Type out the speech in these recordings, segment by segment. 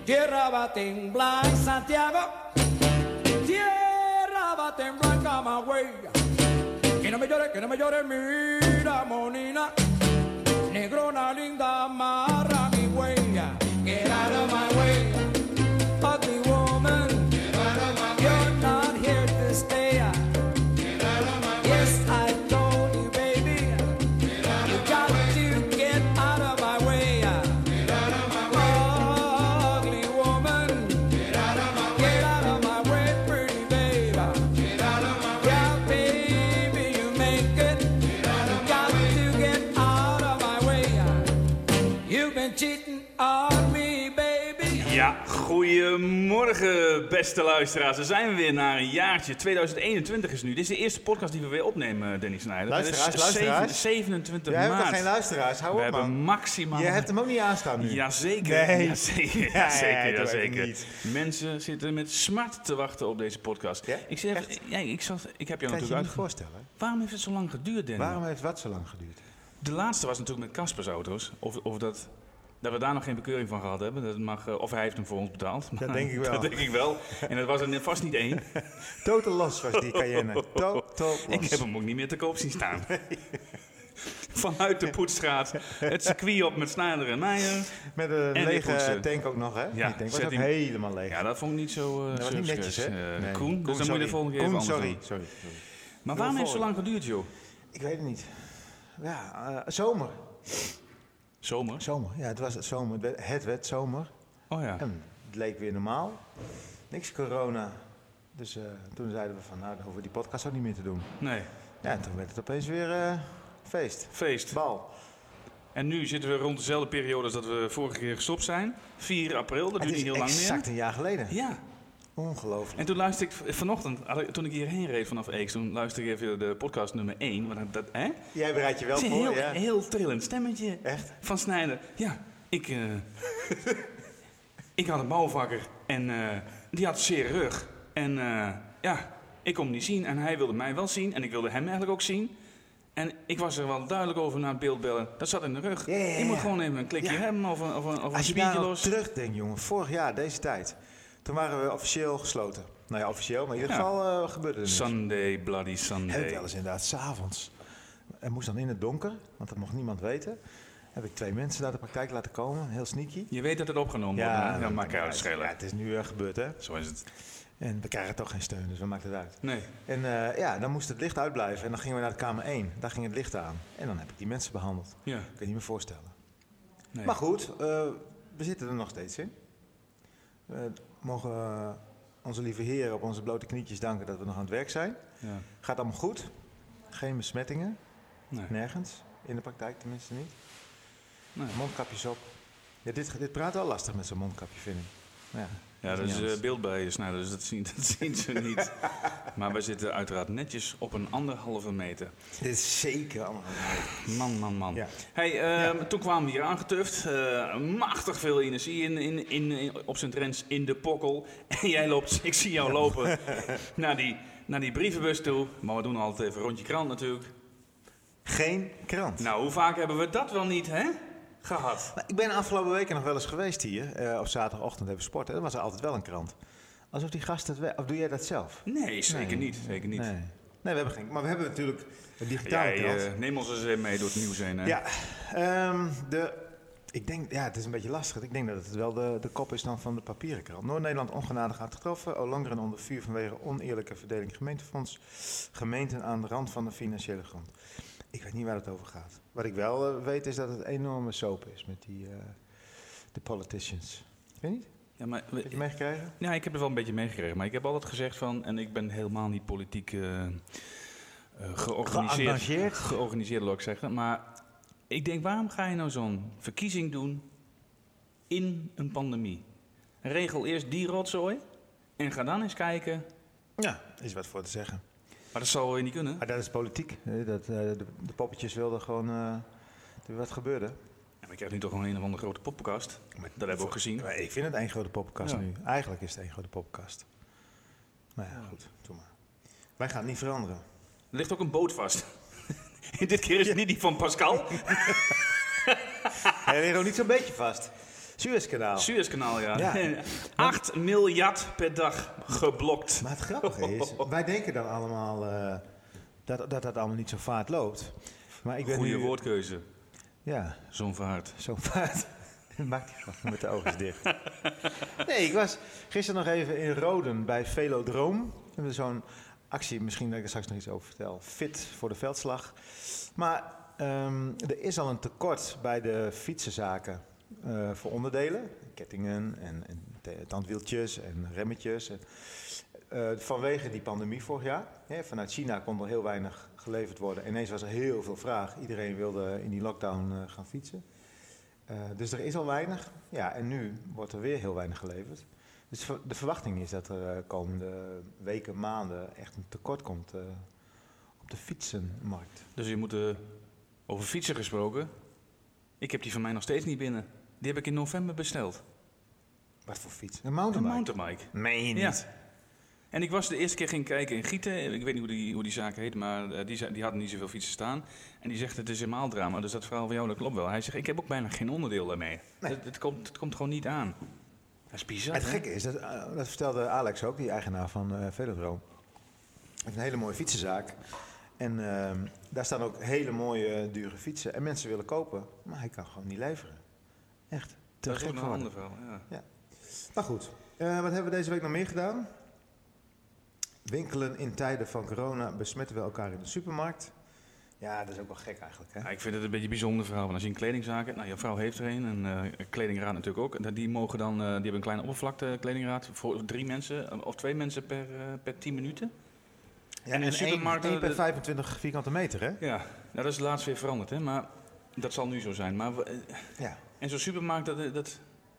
Tierra va temblar en Santiago, tierra va temblar en Camagüey. Que no me llore, mira, monina, negrona linda, amarra mi huella. Get out of my way, ugly woman. Get out of my way. You're not here to stay. Get out of my way. Yes, I told you, baby. Get out you of got my way. To get out of my way. Get out of my way. Ugly woman. Get out of my way. Get out of my way, pretty baby. Get out of my way. Yeah, baby, you make it. Get out of my way. You got to get out of my way. You've been cheating on me, baby. Ja, goedemorgen beste luisteraars. We zijn weer na een jaartje. 2021 is nu. Dit is de eerste podcast die we weer opnemen, Danny Snijder. Luisteraars. 27 Jij maart. hebt toch geen luisteraars? Hou We op, hebben man. maximaal... Je hebt hem ook niet aanstaan nu. Jazeker. Nee. Jazeker. doe even niet. Mensen zitten met smart te wachten op deze podcast. Ja? Ik zeg, Echt? ik heb jou Kan je natuurlijk je niet uitgenodigd. voorstellen? Waarom heeft het zo lang geduurd, Danny? Waarom heeft wat zo lang geduurd? De laatste was natuurlijk met Caspers auto's. Of dat we daar nog geen bekeuring van gehad hebben. Dat mag, of hij heeft hem voor ons betaald. Dat denk ik wel. Dat denk ik wel. En dat was er vast niet één. Total los was die Cayenne. Total los. Ik heb hem ook niet meer te koop zien staan. Vanuit de Poetsstraat. Het circuit op met Snijder en Meijer. Met een en lege poetsen. tank ook nog, hè? Ja, Die tank was zet ook hem- helemaal leeg. Ja, dat vond ik niet zo... dat was niet netjes, hè? Nee. Koen, dus dan moet je de volgende keer Koen, even anders sorry. doen. Maar waarom heeft het zo lang geduurd, joh? Ik weet het niet. Ja, zomer. Zomer? Zomer. Ja, het was zomer. Het werd zomer. Oh ja. En het leek weer normaal. Niks corona. Dus toen zeiden we van, nou, dan hoeven we die podcast ook niet meer te doen. Nee. Ja, en toen werd het opeens weer feest. Feest. Bal. En nu zitten we rond dezelfde periode als dat we vorige keer gestopt zijn. 4 april, dat duurt niet heel lang meer. exact een jaar geleden. Ja. Ongelooflijk. En toen luisterde ik vanochtend, toen ik hierheen reed vanaf Eeks, toen luisterde ik even de podcast nummer 1. Want dat, hè? Jij bereidt je wel Het is voor, een ja? heel trillend stemmetje. Echt? Van Snijder. Ja, ik had een bouwvakker en die had een zere rug. En ja, ik kon hem niet zien en hij wilde mij wel zien en ik wilde hem eigenlijk ook zien. En ik was er wel duidelijk over naar het beeld bellen. Dat zat in de rug. Ja, ja, ja. Je moet gewoon even een klikje hebben of een Als je daar spiertje nog los. terugdenkt, jongen, vorig jaar, deze tijd. Toen waren we officieel gesloten. Nou ja, officieel, maar in ieder Ja. geval gebeurde er niks. Sunday, bloody Heb ik Sunday. wel eens inderdaad, 's avonds. Er moest dan in het donker, want dat mocht niemand weten. Heb ik 2 mensen naar de praktijk laten komen, heel sneaky. Je weet dat het opgenomen wordt, hè? Dan maakt het uit ja, schelen. het is nu gebeurd, hè. Zo is het. En we krijgen toch geen steun, dus wat maakt het uit? Nee. En ja, dan moest het licht uitblijven en dan gingen we naar de kamer 1. Daar ging het licht aan. En dan heb ik die mensen behandeld. Ja. Ik kan je niet meer voorstellen. Nee. Maar goed, we zitten er nog steeds in. We mogen onze lieve heren op onze blote knietjes danken dat we nog aan het werk zijn. Ja. Gaat allemaal goed. Geen besmettingen. Nee. Nergens. In de praktijk tenminste niet. Nee. Mondkapjes op. Ja, dit praat wel lastig met zo'n mondkapje, vind ik. Ja, Ja, dat er is is niet anders. beeld bij Snijder, dus dat zien ze niet. Maar we zitten uiteraard netjes op een 1,5 meter. Dit is zeker allemaal. Man. Ja. Hey, toen kwamen we hier aangetuft. Machtig veel energie op zijn trends in de pokkel. En jij loopt, ik zie jou lopen naar die brievenbus toe. Maar we doen altijd even een rondje krant natuurlijk. Geen krant. Nou, hoe vaak hebben we dat wel niet, hè? Gehad. Nou, ik ben de afgelopen weken nog wel eens geweest hier. Op zaterdagochtend even sporten. Dan was er altijd wel een krant. Alsof die gasten het... Of doe jij dat zelf? Nee, zeker niet. Zeker niet. Nee, we hebben geen... Maar we hebben natuurlijk een digitale krant. Jij neem ons eens mee door het nieuws heen, hè? Ja, ik denk, ja, het is een beetje lastig. Ik denk dat het wel de kop is dan van de papieren krant. Noord-Nederland ongenadig hard getroffen. Olongeren onder vuur vanwege oneerlijke verdeling gemeentefonds. Gemeenten aan de rand van de financiële grond. Ik weet niet waar het over gaat. Wat ik wel weet is dat het een enorme soap is met de politicians. Weet je niet? Ja, maar Heb je meegekregen? ja, ik heb er wel een beetje meegekregen. Maar ik heb altijd gezegd van... En ik ben helemaal niet politiek Geëngageerd? georganiseerd, wil ik zeggen. Maar ik denk, waarom ga je nou zo'n verkiezing doen in een pandemie? Regel eerst die rotzooi en ga dan eens kijken. Ja, is wat voor te zeggen. Maar dat zou je niet kunnen. Maar dat is politiek. De poppetjes wilden gewoon dat er wat gebeurde. Ja, maar ik krijg nu toch gewoon een of andere grote poppenkast. Dat hebben we ook gezien. Maar ik vind het één grote poppenkast Ja. nu. Eigenlijk is het één grote poppenkast. Nou ja, goed. Doe maar. Wij gaan het niet veranderen. Er ligt ook een boot vast. Dit keer is het niet die van Pascal. Hij ligt ook niet zo'n beetje vast. Suezkanaal. Suezkanaal, ja. Ja. 8 miljard per dag geblokt. Maar het grappige is, wij denken dan allemaal dat allemaal niet zo vaart loopt. Maar ik ben Goeie nu... woordkeuze. Ja, Zo'n vaart. zo'n vaart. Maakt hij gewoon met de ogen dicht. Nee, ik was gisteren nog even in Roden bij Velodroom. We hebben zo'n actie, misschien dat ik er straks nog iets over vertel. Fit voor de veldslag. Maar er is al een tekort bij de fietsenzaken voor onderdelen. Kettingen en tandwieltjes en remmetjes. Vanwege die pandemie vorig jaar. Vanuit China kon er heel weinig geleverd worden. Ineens was er heel veel vraag. Iedereen wilde in die lockdown gaan fietsen. Dus er is al weinig. Ja, en nu wordt er weer heel weinig geleverd. Dus de verwachting is dat er komende weken, maanden echt een tekort komt op de fietsenmarkt. Dus je moet over fietsen gesproken. Ik heb die van mij nog steeds niet binnen. Die heb ik in november besteld. Wat voor fiets? Een Een mountainbike? mountainbike. Meen je Ja. niet? En ik was de eerste keer ging kijken in Gieten. Ik weet niet hoe die zaak heet, maar die hadden niet zoveel fietsen staan. En die zegt het is een maaldrama. Dus dat verhaal van jou, dat klopt wel. Hij zegt, ik heb ook bijna geen onderdeel daarmee. Nee. Het komt gewoon niet aan. Dat is bizar, Het hè? gekke is, dat vertelde Alex ook, die eigenaar van Velodroom. Hij heeft een hele mooie fietsenzaak. En daar staan ook hele mooie, dure fietsen. En mensen willen kopen, maar hij kan gewoon niet leveren. Echt, te Dat is gek ook nog voor een woorden. ander verhaal, ja. Maar goed, wat hebben we deze week nog meer gedaan? Winkelen in tijden van corona besmetten we elkaar in de supermarkt. Ja, dat is ook wel gek eigenlijk, hè? Ja, ik vind het een beetje een bijzonder verhaal. Want als je een kledingzaak hebt, nou, je vrouw heeft er een, en kledingraad natuurlijk ook. En die mogen dan, die hebben een kleine oppervlakte kledingraad voor 3 mensen of 2 mensen per 10 minuten. Ja, en in de supermarkt... 1 per 25 vierkante meter, hè? Ja, nou, dat is laatst weer veranderd, hè. Maar dat zal nu zo zijn. Maar, Ja, en zo'n supermarkt, dat...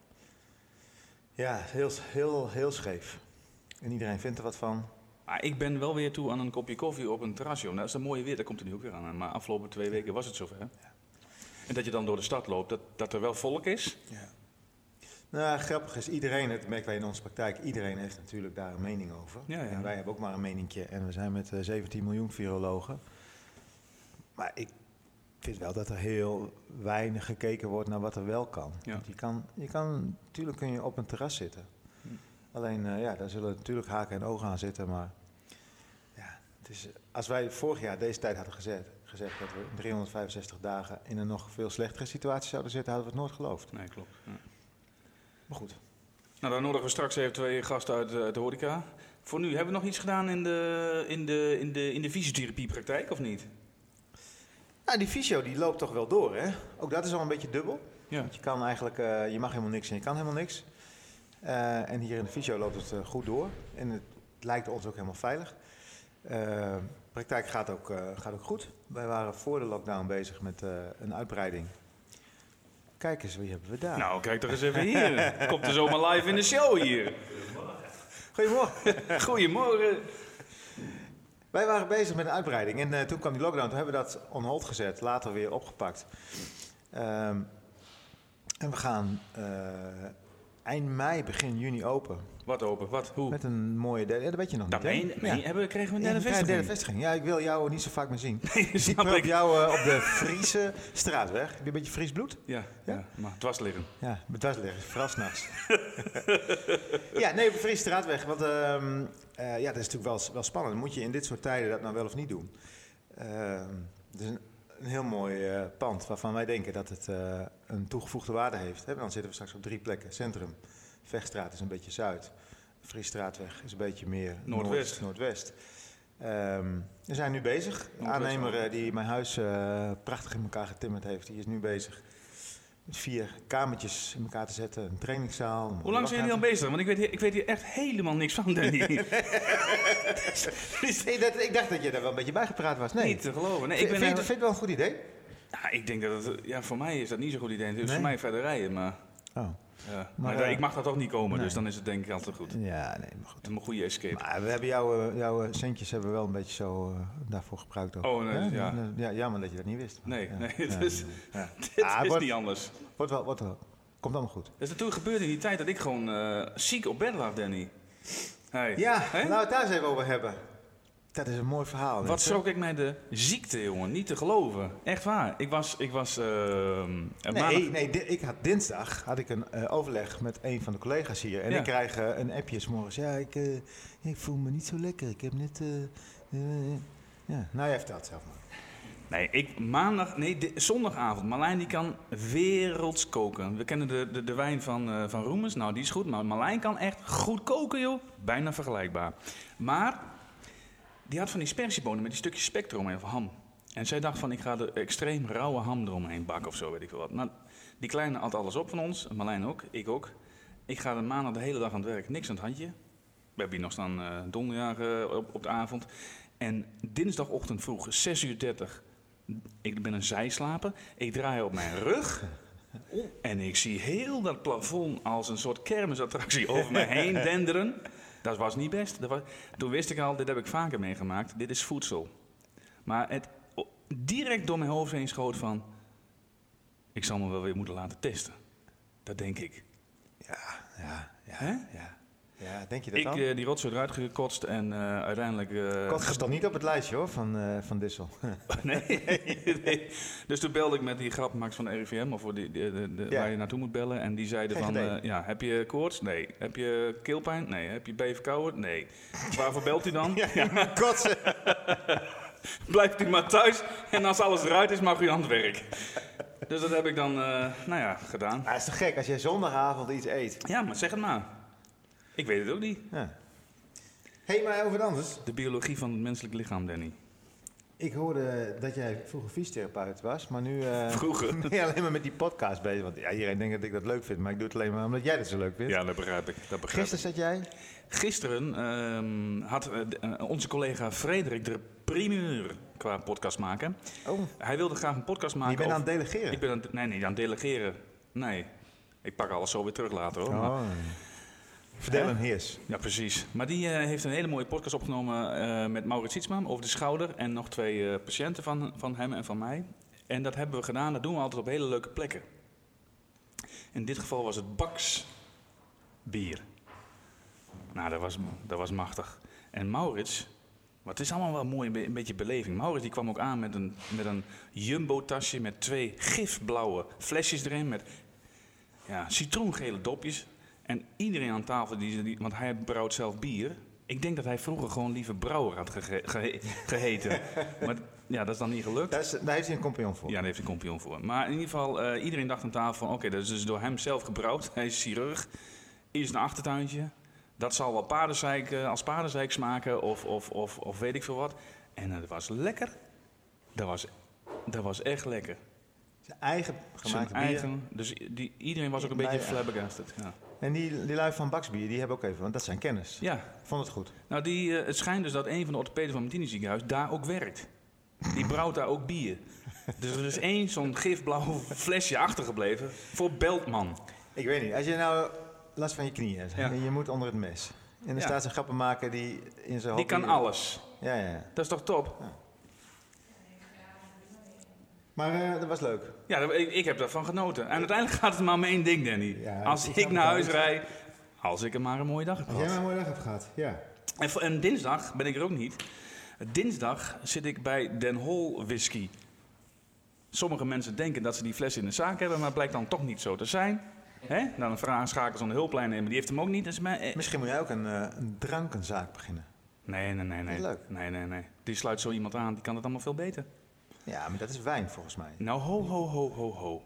ja heel scheef. En iedereen vindt er wat van. Maar ik ben wel weer toe aan een kopje koffie op een terrasje. Nou, dat is een mooie weer, daar komt er nu ook weer aan. Maar afgelopen 2 weken was het zover. Ja. En dat je dan door de stad loopt, dat er wel volk is. Ja. Nou, grappig is, iedereen, dat merken wij in onze praktijk, iedereen heeft natuurlijk daar een mening over. Ja, ja. En wij hebben ook maar een meningje en we zijn met 17 miljoen virologen. Maar ik vind wel dat er heel weinig gekeken wordt naar wat er wel kan. Ja. Want natuurlijk kun je op een terras zitten. Alleen, ja, daar zullen natuurlijk haken en ogen aan zitten, maar ja, het is, als wij vorig jaar deze tijd hadden gezegd dat we 365 dagen in een nog veel slechtere situatie zouden zitten, hadden we het nooit geloofd. Nee, klopt. Ja. Maar goed. Nou, dan nodigen we straks even 2 gasten uit de horeca. Voor nu, hebben we nog iets gedaan in de fysiotherapiepraktijk, of niet? Nou, die fysio die loopt toch wel door, hè? Ook dat is al een beetje dubbel. Ja. Want je kan eigenlijk, je mag helemaal niks en je kan helemaal niks. En hier in de fysio loopt het goed door. En het lijkt ons ook helemaal veilig. De praktijk gaat ook goed. Wij waren voor de lockdown bezig met een uitbreiding. Kijk eens, wie hebben we daar? Nou, kijk toch eens even hier. Komt er zomaar live in de show hier. Goedemorgen. Goedemorgen. Wij waren bezig met een uitbreiding en toen kwam die lockdown. Toen hebben we dat on hold gezet, later weer opgepakt. En we gaan eind mei, begin juni open. Wat open? Wat? Hoe? Met een mooie derde, dat weet je nog niet, hè? Kregen we Ja, een derde derde vestiging? vestiging. Ja, ik wil jou niet zo vaak meer zien. Nee, Ik snap zie ik. jou op de Friese straatweg. Heb je een beetje Fries bloed? Ja, Ja? ja, maar dwars liggen. Ja, met dwars liggen, vooral 's nachts. Ja, nee, op de Friese straatweg. Want ja, dat is natuurlijk wel spannend. Moet je in dit soort tijden dat nou wel of niet doen? Het is een heel mooi pand waarvan wij denken dat het een toegevoegde waarde heeft. Hè? Dan zitten we straks op 3 plekken. Centrum, Vechtstraat is een beetje zuid. Friesstraatweg is een beetje meer noordwest. We zijn nu bezig. De aannemer die mijn huis prachtig in elkaar getimmerd heeft, die is nu bezig met 4 kamertjes in elkaar te zetten. Een trainingszaal. Hoe lang zijn jullie al bezig? Want ik weet hier echt helemaal niks van, Danny. Ik dacht dat je daar wel een beetje bijgepraat was. Nee. Niet te geloven. Nee, Vind je het wel een goed idee? Ja, ik denk dat het... Ja, voor mij is dat niet zo'n goed idee. Dus Nee? voor mij verder rijden, maar... Oh. Ja. Maar, Maar ik mag daar toch niet komen, nee. dus dan is het denk ik altijd goed. Ja, nee, maar goed. Een goede escape. Maar we hebben jouw centjes hebben we wel een beetje zo daarvoor gebruikt ook. Oh, nee, Hè? ja. Ja, jammer dat je dat niet wist. Nee, Ja. nee, Ja. dus, Ja. dit Ah, is wordt- niet anders. Wordt wel. Komt allemaal goed. Dat is natuurlijk gebeurd in die tijd dat ik gewoon ziek op bed lag, Danny. Hey. Ja, Hè? laten we het daar eens even over hebben. Dat is een mooi verhaal. Wat schrok ik mij de ziekte, jongen. Niet te geloven. Echt waar. Ik was maandag... Ik had dinsdag een overleg met een van de collega's hier. En Ja. ik krijg een appje 's morgens. Ja, ik voel me niet zo lekker. Ik heb net... ja. Nou, jij vertelt het zelf maar. Nee, zondagavond. Marlijn die kan werelds koken. We kennen de wijn van Roemens. Nou, die is goed. Maar Marlijn kan echt goed koken, joh. Bijna vergelijkbaar. Maar die had van die spersiebonen met die stukjes spek eromheen van ham. En zij dacht van, ik ga de extreem rauwe ham eromheen bakken of zo, weet ik veel wat. Maar die kleine at alles op van ons. Marlijn ook, ik ook. Ik ga de maandag de hele dag aan het werk. Niks aan het handje. We hebben hier nog staan donderdag op de avond. En dinsdagochtend vroeg, 6:30. Ik ben een zijslaper. Ik draai op mijn rug. En ik zie heel dat plafond als een soort kermisattractie over me heen denderen. Dat was niet best. Toen wist ik al, dit heb ik vaker meegemaakt. Dit is voedsel. Maar het direct door mijn hoofd heen schoot van... Ik zal me wel weer moeten laten testen. Dat denk ik. Ja, denk je dat dan? Die rotzooi eruit gekotst en uiteindelijk... Kost het toch niet op het lijstje hoor, van Dissel? Nee. Dus toen belde ik met die grapmaaks van de RIVM, of waar je naartoe moet bellen. En die zeiden van, heb je koorts? Nee. Heb je keelpijn? Nee. Heb je verkouden? Nee. Waarvoor belt u dan? Ja, kotsen. Blijft u maar thuis en als alles eruit is, mag u aan het werk. Dus dat heb ik dan, gedaan. Maar het is toch gek als jij zondagavond iets eet? Ja, maar zeg het maar. Ik weet het ook niet. Ja. Hé, maar over wat anders. De biologie van het menselijk lichaam, Danny. Ik hoorde dat jij vroeger fysiotherapeut was, maar nu Vroeger? ben je alleen maar met die podcast bezig. Want ja, iedereen denkt dat ik dat leuk vind, maar ik doe het alleen maar omdat jij dat zo leuk vindt. Ja, dat begrijp ik. Gisteren zat jij? Gisteren had onze collega Frederik de primeur qua podcast maken. Oh, Hij wilde graag een podcast maken. je bent aan het delegeren? Ik ben niet aan het delegeren. Nee, ik pak alles zo weer terug later hoor. Maar, Verdeel en heers. ja, precies. Maar die heeft een hele mooie podcast opgenomen met Maurits Sietsman over de schouder. En nog 2 patiënten van hem en van mij. En dat hebben we gedaan, dat doen we altijd op hele leuke plekken. In dit geval was het Baks bier. Nou, dat was machtig. En Maurits, maar het is allemaal wel mooi, een beetje beleving. Maurits die kwam ook aan met een jumbo-tasje met 2 gifblauwe flesjes erin met citroengele dopjes. En iedereen aan tafel, want hij brouwt zelf bier. Ik denk dat hij vroeger gewoon liever brouwer had geheten. Maar ja, dat is dan niet gelukt. Daar heeft hij een compagnon voor. Ja, daar heeft hij een compagnon voor. Maar in ieder geval, iedereen dacht aan tafel van... Oké, dat is dus door hem zelf gebrouwd. Hij is chirurg. Eerst een achtertuintje. Dat zal wel paardenzeik smaken of weet ik veel wat. En het was lekker. Dat was echt lekker. Zijn eigen gemaakte bier. Dus iedereen was ook een beetje flabbergasted. Ja. En die lui van Baksbier, die hebben ook even, want dat zijn kennis. Ja. Vond het goed. Nou, het schijnt dus dat een van de orthopeden van het Martini ziekenhuis daar ook werkt. Die brouwt daar ook bier. Dus er is 1 zo'n gifblauw flesje achtergebleven voor Beltman. Ik weet niet, als je nou last van je knieën hebt en je moet onder het mes. En er staat zo'n grappenmaker die in zijn Die kan alles. Ja. Dat is toch top? Ja. Maar dat was leuk. Ja, ik heb daarvan genoten. En uiteindelijk gaat het maar om 1 ding, Danny. Ja, als ik naar huis rijd, als ik er maar een mooie dag heb Als jij gehad. maar een mooie dag hebt gehad, ja. En dinsdag ben ik er ook niet. Dinsdag zit ik bij Den Hol Whisky. Sommige mensen denken dat ze die fles in de zaak hebben, maar het blijkt dan toch niet zo te zijn. Hè? Dan schakelen ze een hulplijn in, maar die heeft hem ook niet. Dus Misschien moet jij ook een drankenzaak beginnen. Nee. Leuk. Nee. Die sluit zo iemand aan, die kan het allemaal veel beter. Ja, maar dat is wijn volgens mij. Nou, ho.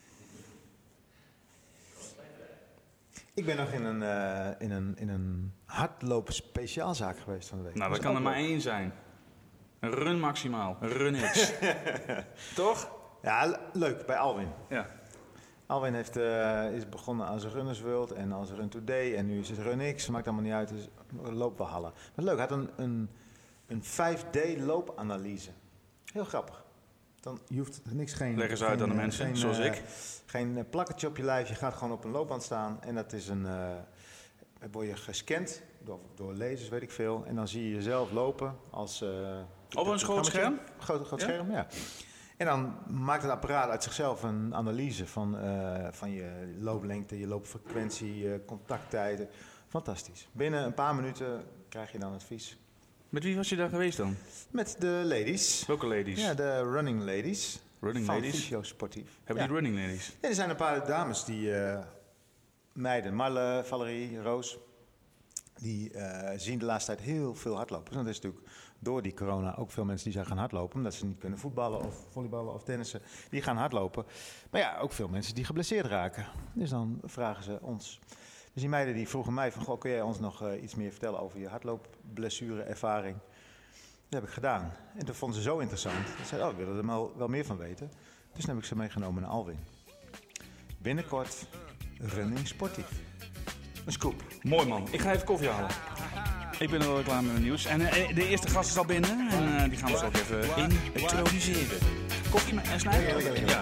Ik ben nog in een hardlopen speciaalzaak geweest van de week. Nou, dat kan er maar 1 zijn. Een run maximaal, een run X. Toch? Ja, leuk, bij Alwin. Ja. Alwin is begonnen als Runners World en als Run Today en nu is het Run X. Maakt allemaal niet uit, dus loopwalhallen. Maar leuk, hij had een 5D loopanalyse. Heel grappig. Dan, je hoeft niks, Leg eens uit aan de mensen, zoals ik. Geen plakkertje op je lijf, je gaat gewoon op een loopband staan. En dat is word je gescand door lasers, weet ik veel. En dan zie je jezelf lopen als... Op een groot scherm? Groot scherm, ja. En dan maakt het apparaat uit zichzelf een analyse van je looplengte, je loopfrequentie, je contacttijden. Fantastisch. Binnen een paar minuten krijg je dan advies. Met wie was je daar geweest dan? Met de ladies. Welke ladies? Ja, de running ladies. Running van ladies? Fysio Sportief. Hebben die running ladies? Nee, er zijn een paar dames die meiden, Marle, Valerie, Roos, die zien de laatste tijd heel veel hardlopers. En dat is natuurlijk door die corona ook veel mensen die zijn gaan hardlopen, omdat ze niet kunnen voetballen of volleyballen of tennissen, die gaan hardlopen. Maar ja, ook veel mensen die geblesseerd raken. Dus dan vragen ze ons. Dus die meiden die vroegen mij van, goh, kun jij ons nog iets meer vertellen over je hardloopblessure-ervaring? Dat heb ik gedaan. En dat vonden ze zo interessant. Ze zeiden, we willen er wel meer van weten. Dus dan heb ik ze meegenomen naar Alwin. Binnenkort running sportief. Een scoop. Mooi man. Ik ga even koffie halen. Ik ben er wel klaar met mijn nieuws. En de eerste gast is al binnen. En die gaan we zo ook even introduceren. Koffie en snijden? Ja.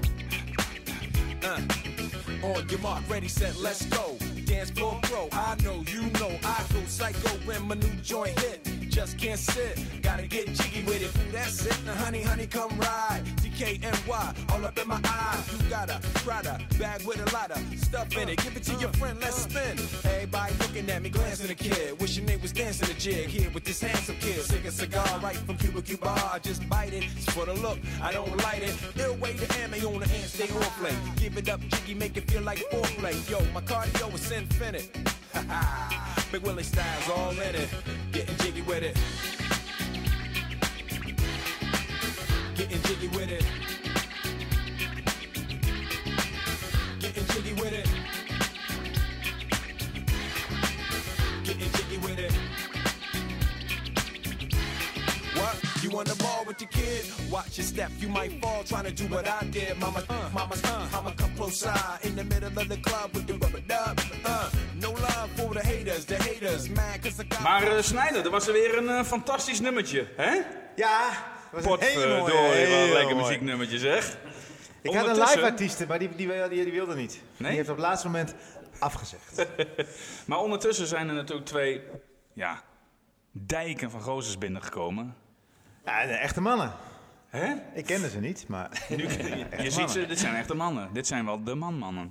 On your mark, ready, set, let's go. Dance floor pro, I know, you know, I go psycho when my new joint hit. Just can't sit, gotta get jiggy with it. Ooh, that's it, now honey, honey, come ride. DKNY, all up in my eyes. You got a Prada bag with a lot of stuff in it. Give it to your friend, let's spin. Everybody looking at me, glancing a kid. Wishing they was dancing a jig here with this handsome kid. Sick a cigar right from Cuba Cuba. I just bite it, it's for the look, I don't light it. Ill way to ammo on the hand, stay on play. Give it up, jiggy, make it feel like foreplay. Yo, my cardio is infinite. Big Willie style's all in it. Getting jiggy with it. Getting jiggy with it. Getting jiggy with it. Getting jiggy with it. What? You on the ball with your kid? Watch your step, you might fall trying to do what I did. Mama, come close side in the middle of the club with the rubber dub. No love for the haters, man, cause I got... Maar Snijder, er was er weer een fantastisch nummertje, hè? Ja, dat was een hele mooie. Potverdorie, wat een lekker mooi. muzieknummertje zeg. Ik had een Ondertussen- live artiest, maar die wilde niet. Nee? Die heeft op het laatste moment afgezegd. Maar ondertussen zijn er natuurlijk twee dijken van gozers binnengekomen. Ja, de echte mannen. Hè? Ik kende ze niet, maar... Nu, je ziet ze, dit zijn echte mannen. Dit zijn wel de mannen.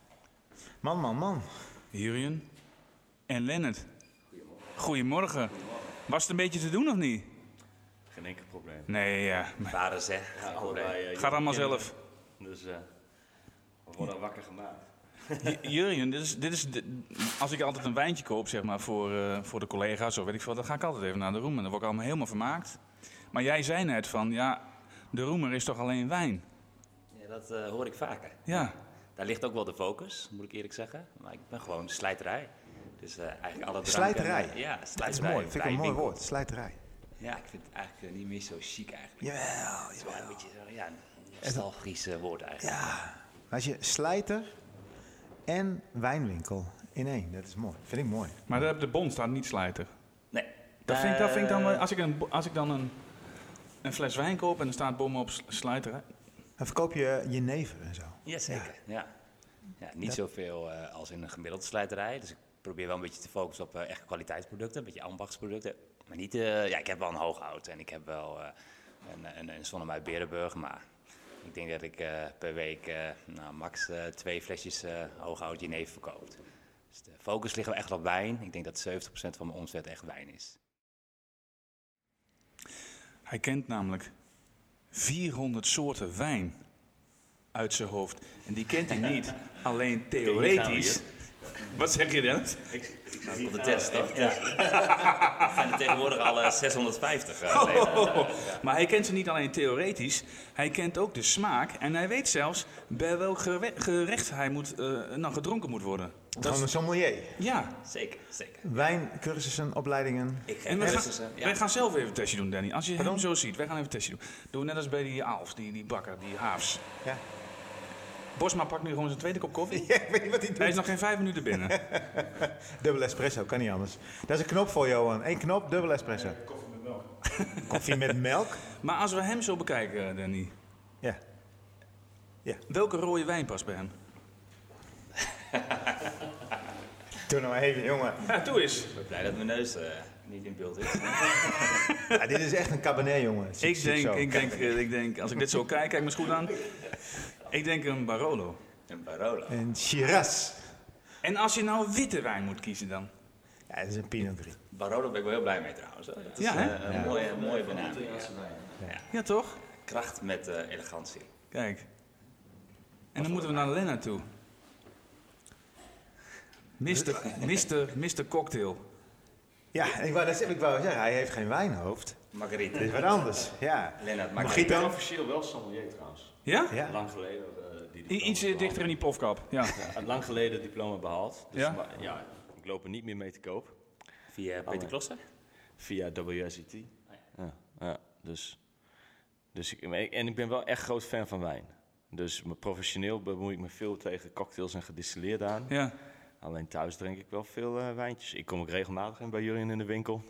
Man. Jurjen en Lennart. Goedemorgen. Was het een beetje te doen of niet? Geen enkel probleem. Nee, ja. Vaders, hè? Allebei, Gaat allemaal zelf. Dus we worden wakker gemaakt. Jurjen, als ik altijd een wijntje koop, zeg maar, voor de collega's of weet ik veel, dan ga ik altijd even naar de Roemer. Dan word ik allemaal helemaal vermaakt. Maar jij zei net van, de Roemer is toch alleen wijn? Ja, dat hoor ik vaker. Ja. Daar ligt ook wel de focus, moet ik eerlijk zeggen. Maar ik ben gewoon slijterij. Dus eigenlijk alle dranken... Slijterij? Ja, Dat is slijterij. mooi. Vind ik een mooi wijnwinkel. woord. Slijterij. Ja, ik vind het eigenlijk niet meer zo chic eigenlijk. Jawel. Het is wel een beetje zo, een nostalgisch woord eigenlijk. Ja. Als je slijter en wijnwinkel in één. Dat is mooi. Vind ik mooi. Maar op de bon staat niet slijter. Nee. Dat vind ik dan wel, als ik dan een fles wijn koop en er staat bovenop slijter. Dan verkoop je jenever en zo. Jazeker, ja. Niet zoveel als in een gemiddelde slijterij. Dus ik probeer wel een beetje te focussen op echt kwaliteitsproducten, een beetje ambachtsproducten. Maar niet, ik heb wel een hooghout en ik heb wel een Sonnem uit Berenburg, maar ik denk dat ik per week max 2 flesjes hooghout jenever verkoop. Dus de focus ligt wel echt op wijn. Ik denk dat 70% van mijn omzet echt wijn is. Hij kent namelijk 400 soorten wijn uit zijn hoofd. En die kent hij niet alleen theoretisch. Wat zeg je dan? Ik sta op de test, toch? Ja. Er zijn er tegenwoordig al 650. Maar hij kent ze niet alleen theoretisch, hij kent ook de smaak. En hij weet zelfs bij welk gerecht hij gedronken moet worden. Gewoon een sommelier. Ja. Zeker. Wijncursussen, opleidingen. En wij gaan zelf even een testje doen, Danny. Als je hem zo ziet, wij gaan even een testje doen. Doe net als bij die Alf, die bakker, die Haafs. Ja. Bosma pakt nu gewoon zijn tweede kop koffie. Ja, ik weet niet wat hij doet. Hij is nog geen 5 minuten binnen. Dubbel espresso, kan niet anders. Dat is een knop voor Johan. 1 knop, dubbel espresso. Koffie met melk. Koffie met melk? Maar als we hem zo bekijken, Danny. Ja. Welke rode wijn past bij hem? Doe nou maar even, jongen. Ja, doe eens. Ik ben blij dat mijn neus niet in beeld is. Ja, dit is echt een cabernet, jongen. Ik denk, als ik dit zo kijk me eens goed aan. Ik denk een Barolo. Een Barolo. En Shiraz. En als je nou witte wijn moet kiezen dan? Ja, het is een Pinot Gris. Barolo ben ik wel heel blij mee trouwens. Hoor. Dat is Ja, hè? een mooie benaming. Ja, toch? Kracht met elegantie. Kijk. En dan moeten we naar Lennart toe. Mr. Cocktail. Ja, ik wou zeggen, hij heeft geen wijnhoofd. Margarita. Dat is wat anders, ja. Lennart Ik Margarita. ben officieel wel sommelier trouwens. Ja? Ja. Lang geleden die diploma Iets behaald. dichter in die plofkap. Ja. Ja, lang geleden het diploma behaald. Dus Ja? maar, ja, ik loop er niet meer mee te koop. Via Peter Klosser. Via WSET. Ja, dus ik ben wel echt groot fan van wijn. Dus professioneel bemoei ik me veel tegen cocktails en gedistilleerd aan. Ja. Alleen thuis drink ik wel veel wijntjes. Ik kom ook regelmatig in bij jullie in de winkel.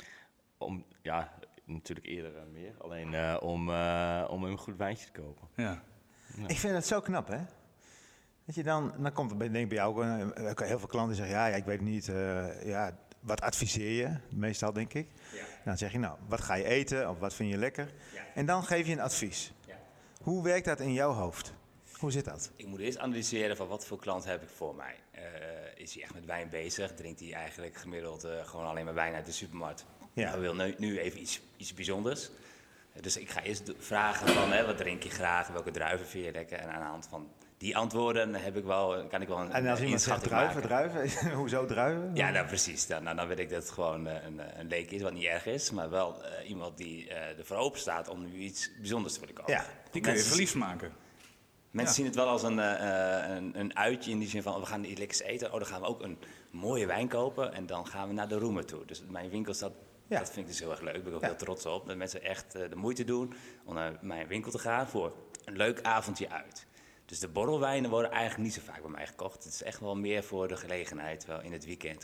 Natuurlijk eerder meer. Alleen om een goed wijntje te kopen. Ja. Ik vind het zo knap, hè? Dat je dan komt er denk ik bij jou ook heel veel klanten zeggen, ja, ik weet niet, wat adviseer je? Meestal denk ik. Ja. Dan zeg je, nou, wat ga je eten of wat vind je lekker? Ja. En dan geef je een advies. Ja. Hoe werkt dat in jouw hoofd? Hoe zit dat? Ik moet eerst analyseren van wat voor klant heb ik voor mij. Is hij echt met wijn bezig? Drinkt hij eigenlijk gemiddeld gewoon alleen maar wijn uit de supermarkt? Ja. Hij wil nu even iets bijzonders. Dus ik ga eerst vragen van wat drink je graag? Welke druiven vind je lekker? En aan de hand van die antwoorden kan ik wel een En als iemand zegt inschatting druiven, maken. hoezo druiven? Ja, nou precies. Dan weet ik dat het gewoon een leek is, wat niet erg is. Maar wel iemand die ervoor open staat om nu iets bijzonders te willen kopen. Ja. Die kun je verliefd maken. Mensen Ja. zien het wel als een uitje in die zin van we gaan iets lekkers eten. Dan gaan we ook een mooie wijn kopen en dan gaan we naar de Roemer toe. Dus mijn winkel staat, Ja. dat vind ik dus heel erg leuk. Daar ben ik ook Ja. heel trots op. Dat mensen echt de moeite doen om naar mijn winkel te gaan voor een leuk avondje uit. Dus de borrelwijnen worden eigenlijk niet zo vaak bij mij gekocht. Het is echt wel meer voor de gelegenheid, wel in het weekend.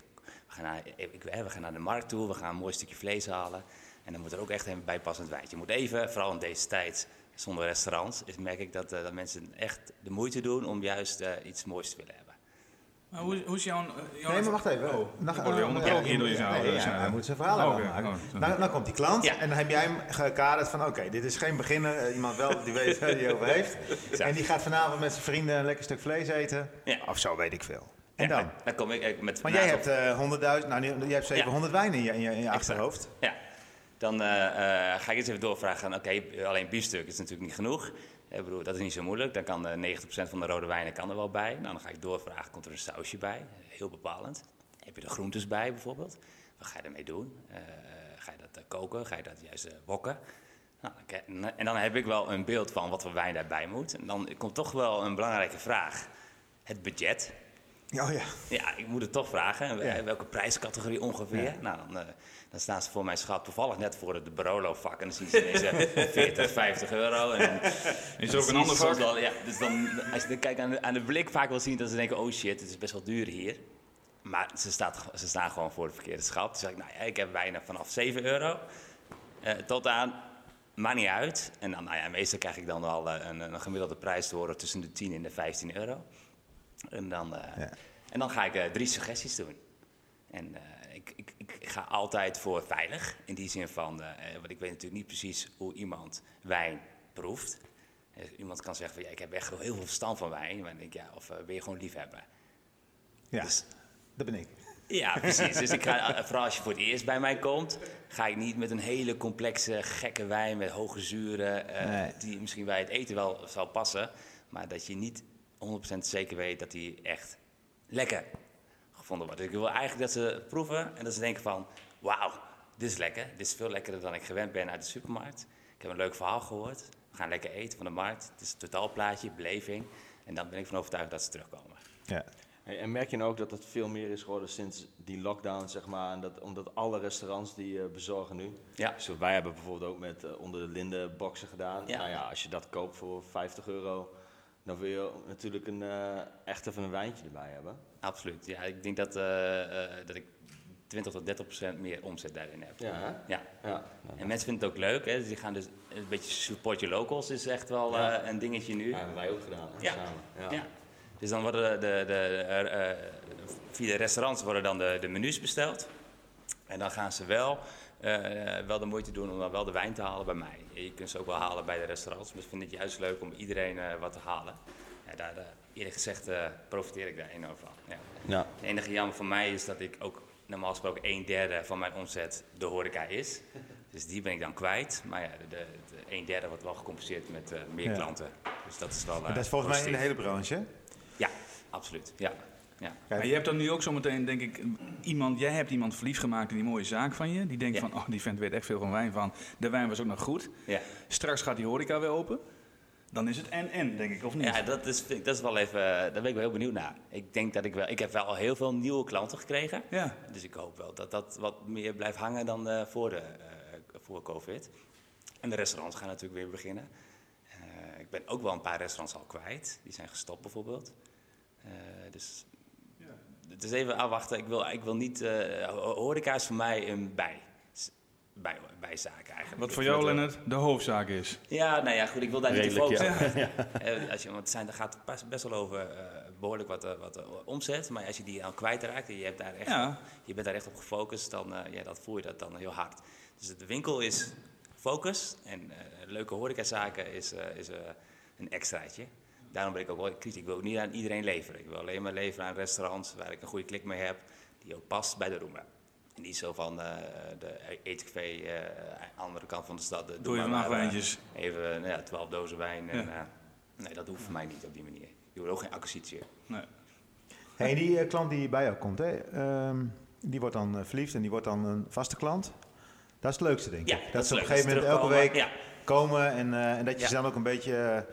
We gaan naar de markt toe, we gaan een mooi stukje vlees halen. En dan moet er ook echt een bijpassend wijntje. Je moet even, vooral in deze tijd zonder restaurants, merk ik dat mensen echt de moeite doen om juist iets moois te willen hebben. Maar hoe is jouw... Nee, maar wacht even. Dan word je onderbroken hier door je zaal. Hij moet zijn verhaal Oké. maken. Dan komt die klant Ja. en dan heb jij hem gekaderd van oké, dit is geen beginner. Iemand wel die weet waar hij over heeft. En die gaat vanavond met zijn vrienden een lekker stuk vlees eten. Ja. Of zo, weet ik veel. En Ja, dan? Dan kom ik met... Want jij hebt 100.000, jij hebt 700 wijnen in je achterhoofd. Ja, dan ga ik eens even doorvragen. Oké, alleen biefstuk is natuurlijk niet genoeg. Ik bedoel, dat is niet zo moeilijk. Dan kan 90% van de rode wijnen kan er wel bij. Nou, dan ga ik doorvragen, komt er een sausje bij? Heel bepalend. Heb je er groentes bij bijvoorbeeld? Wat ga je ermee doen? Ga je dat koken? Ga je dat juist wokken? Nou, en dan heb ik wel een beeld van wat voor wijn daarbij moet. En dan komt toch wel een belangrijke vraag. Het budget. Oh ja. Ja, ik moet het toch vragen. Ja. Welke prijscategorie ongeveer? Ja. Nou, dan staan ze voor mijn schat toevallig net voor de Barolo vak. En dan zien ze ineens 40, 50 euro. En dan, Is er ook een ander vak? ja, dus dan, als je dan kijkt aan de blik vaak wel zien dat ze denken, oh shit, het is best wel duur hier. Maar ze staan gewoon voor het verkeerde schat. Dan zeg ik, nou ja, ik heb wijnen vanaf 7 euro tot aan, maakt niet uit. En dan, nou ja, meestal krijg ik dan wel een gemiddelde prijs te horen tussen de 10 en de 15 euro. En dan ga ik 3 suggesties doen. En ik ga altijd voor veilig. In die zin van, want ik weet natuurlijk niet precies hoe iemand wijn proeft. Iemand kan zeggen van, ja, ik heb echt heel veel verstand van wijn. Maar dan denk ik, ja, of ben je gewoon liefhebber? Ja, Dus- dat ben ik. Ja, precies. Dus ik ga, vooral als je voor het eerst bij mij komt, ga ik niet met een hele complexe, gekke wijn met hoge zuren, Nee. die misschien bij het eten wel zal passen, maar dat je niet 100% zeker weet dat die echt lekker gevonden wordt. Dus ik wil eigenlijk dat ze proeven en dat ze denken van, wauw, dit is lekker. Dit is veel lekkerder dan ik gewend ben uit de supermarkt. Ik heb een leuk verhaal gehoord. We gaan lekker eten van de markt. Het is een totaalplaatje, beleving. En dan ben ik van overtuigd dat ze terugkomen. Ja. Hey, en merk je nou ook dat het veel meer is geworden sinds die lockdown, zeg maar, en omdat alle restaurants die bezorgen nu. Ja. Dus wij hebben bijvoorbeeld ook met onder de linden boxen gedaan. Ja. Nou ja, als je dat koopt voor 50 euro, dan wil je natuurlijk echt even een wijntje erbij hebben. Absoluut. Ja, ik denk dat ik 20 tot 30% meer omzet daarin heb. Ja, hè? Ja. Ja. En mensen vinden het ook leuk. Hè? Dus die gaan dus een beetje support your locals is echt wel Ja. een dingetje nu. Dat hebben wij ook gedaan, hè, Ja. samen. Ja. Dus dan worden via de restaurants worden dan de menus besteld. En dan gaan ze wel de moeite doen om dan wel de wijn te halen bij mij. Je kunt ze ook wel halen bij de restaurants. Maar ik vind het juist leuk om iedereen wat te halen. Ja, eerlijk gezegd profiteer ik daar enorm van. Ja. Ja. Het enige jammer voor mij is dat ik ook normaal gesproken 1/3 van mijn omzet de horeca is. Dus die ben ik dan kwijt. Maar ja, de 1/3 wordt wel gecompenseerd met meer klanten. Dus dat is wel dat is volgens mij in de hele branche, hè? Ja, absoluut. Ja. Maar je hebt dan nu ook zometeen, denk ik, jij hebt iemand verliefd gemaakt in die mooie zaak van je. Die denkt van, die vent weet echt veel van wijn van. De wijn was ook nog goed. Ja. Straks gaat die horeca weer open. Dan is het en, denk ik, of niet? Ja, dat is wel even, daar ben ik wel heel benieuwd naar. Ik denk dat ik heb wel al heel veel nieuwe klanten gekregen. Ja. Dus ik hoop wel dat dat wat meer blijft hangen dan voor COVID. En de restaurants gaan natuurlijk weer beginnen. Ik ben ook wel een paar restaurants al kwijt. Die zijn gestopt bijvoorbeeld. Dus het is even afwachten. Ik wil niet... horeca is voor mij een bijzaak eigenlijk. Wat voor jou, Lennart, de hoofdzaak is. Ja, nou ja, goed. Ik wil daar niet te focussen. Want er gaat best wel over behoorlijk wat omzet. Maar als je die al kwijtraakt en je bent daar echt op gefocust, dan voel je dat dan heel hard. Dus de winkel is focus en leuke horecazaken is een extraatje. Daarom ben ik ook wel kritisch. Ik wil ook niet aan iedereen leveren. Ik wil alleen maar leveren aan restaurants waar ik een goede klik mee heb, die ook past bij de Roema. En niet zo van de eetcafé andere kant van de stad. Doe je maar wijntjes. Even 12 dozen wijn. En, nee, dat hoeft voor mij niet op die manier. Je wil ook geen acquisitie. Nee. Hey, die klant die bij jou komt, hè, die wordt dan verliefd en die wordt dan een vaste klant. Dat is het leukste, denk ik. Ja, dat ze op een gegeven moment elke week komen en dat je ze dan ook een beetje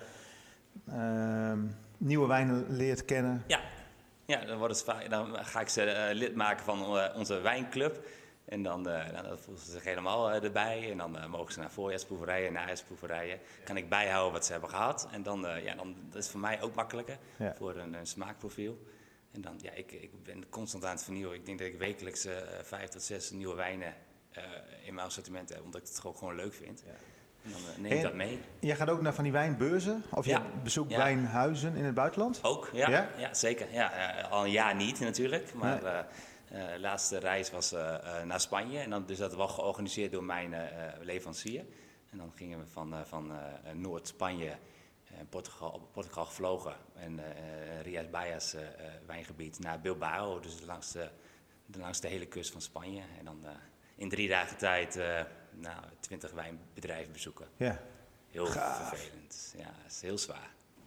nieuwe wijnen leert kennen. Ja, dan ga ik ze lid maken van onze wijnclub. En dan voelen ze zich helemaal erbij. En dan mogen ze naar voorjaarsproeverijen, najaarsproeverijen. Kan ik bijhouden wat ze hebben gehad. En dan dat is voor mij ook makkelijker voor een smaakprofiel. En dan, ik ben constant aan het vernieuwen. Ik denk dat ik wekelijks 5 tot 6 nieuwe wijnen in mijn assortiment heb. Omdat ik het gewoon leuk vind. Ja. En dan neem ik dat mee. Jij gaat ook naar van die wijnbeurzen? Of je bezoekt wijnhuizen in het buitenland? Ook, ja zeker. Ja, al een jaar niet natuurlijk. Maar de laatste reis was naar Spanje. En dan, dus dat wel georganiseerd door mijn leverancier. En dan gingen we van Noord-Spanje, Portugal gevlogen. En Rías Baixas wijngebied naar Bilbao. Dus langs de hele kust van Spanje. En dan in 3 dagen tijd 20 wijnbedrijven bezoeken. Ja. Heel vervelend. Ja, het is heel zwaar.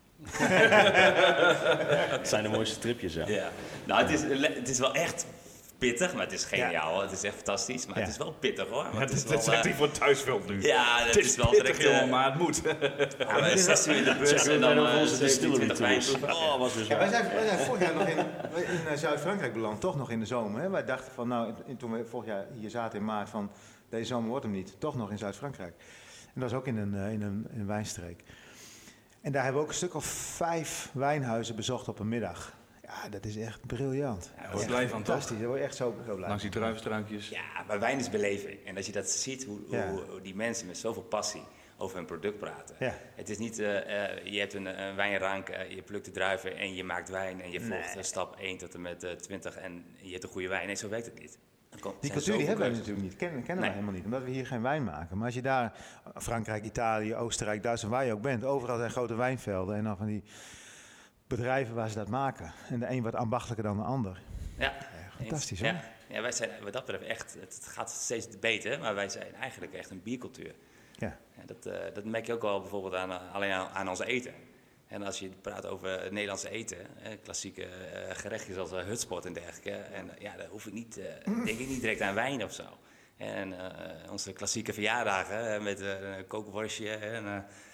Het zijn de mooiste tripjes, hè? Ja. Nou, het is wel echt pittig, maar het is geniaal. Het is echt fantastisch, maar het is wel pittig, hoor. Het is echt die voor thuisveld nu. Ja, het is wel pittig, jongen, maar het moet. Ja, we 6 uur in de bus en dan 27 wijnproeven. Oh, was dus wij zijn vorig jaar nog in Zuid-Frankrijk beland, toch nog in de zomer. Hè? Wij dachten van, toen we vorig jaar hier zaten in maart, van deze zomer wordt hem niet. Toch nog in Zuid-Frankrijk. En dat was ook in een wijnstreek. En daar hebben we ook een stuk of 5 wijnhuizen bezocht op een middag. Ja, dat is echt briljant. Ja, dat is blij van, fantastisch. Daar word je echt zo blij. Langs die druivenstruikjes. Ja, maar wijn is beleving. En als je dat ziet, hoe die mensen met zoveel passie over hun product praten. Ja. Het is niet, je hebt een wijnrank, je plukt de druiven en je maakt wijn. En je volgt stap 1 tot en met 20 en je hebt een goede wijn. Nee, zo werkt het niet. Die cultuur die hebben we natuurlijk niet, kennen we helemaal niet, omdat we hier geen wijn maken. Maar als je daar, Frankrijk, Italië, Oostenrijk, Duitsland, waar je ook bent, overal zijn grote wijnvelden en dan van die bedrijven waar ze dat maken. En de een wat ambachtelijker dan de ander. Ja. Fantastisch, hoor. Ja, wij zijn wat dat betreft echt, het gaat steeds beter, maar wij zijn eigenlijk echt een biercultuur. Ja. Dat merk je ook wel bijvoorbeeld aan ons eten. En als je praat over het Nederlandse eten, klassieke gerechtjes als hutspot en dergelijke. En daar hoef ik niet, denk ik niet direct aan wijn of zo. En onze klassieke verjaardagen met een kookworstje en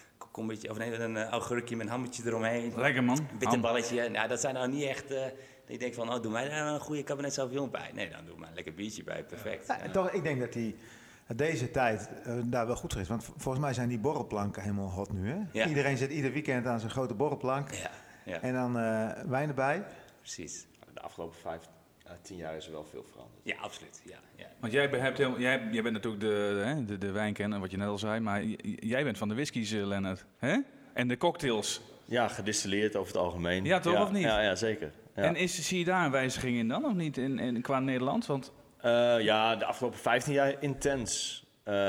een augurkje met een hammetje eromheen. Lekker, man. Een bitterballetje. Nou, dat zijn nou niet echt... ik denk van, doe mij daar een goede Cabernet Sauvignon bij. Nee, dan doe maar een lekker biertje bij. Perfect. Ja, toch, ik denk dat deze tijd daar wel goed voor is. Want volgens mij zijn die borrelplanken helemaal hot nu. Hè? Ja. Iedereen zit ieder weekend aan zijn grote borrelplank. Ja. En dan wijn erbij. Precies. De afgelopen 10 jaar is er wel veel veranderd. Ja, absoluut. Ja. Want jij bent natuurlijk de wijnkenner, wat je net al zei. Maar jij bent van de whiskies, Lennart. Hè? En de cocktails. Ja, gedistilleerd over het algemeen. Ja, toch of niet? Ja, zeker. Ja. En zie je daar een wijziging in dan, of niet, qua Nederland? Want... de afgelopen 15 jaar intens.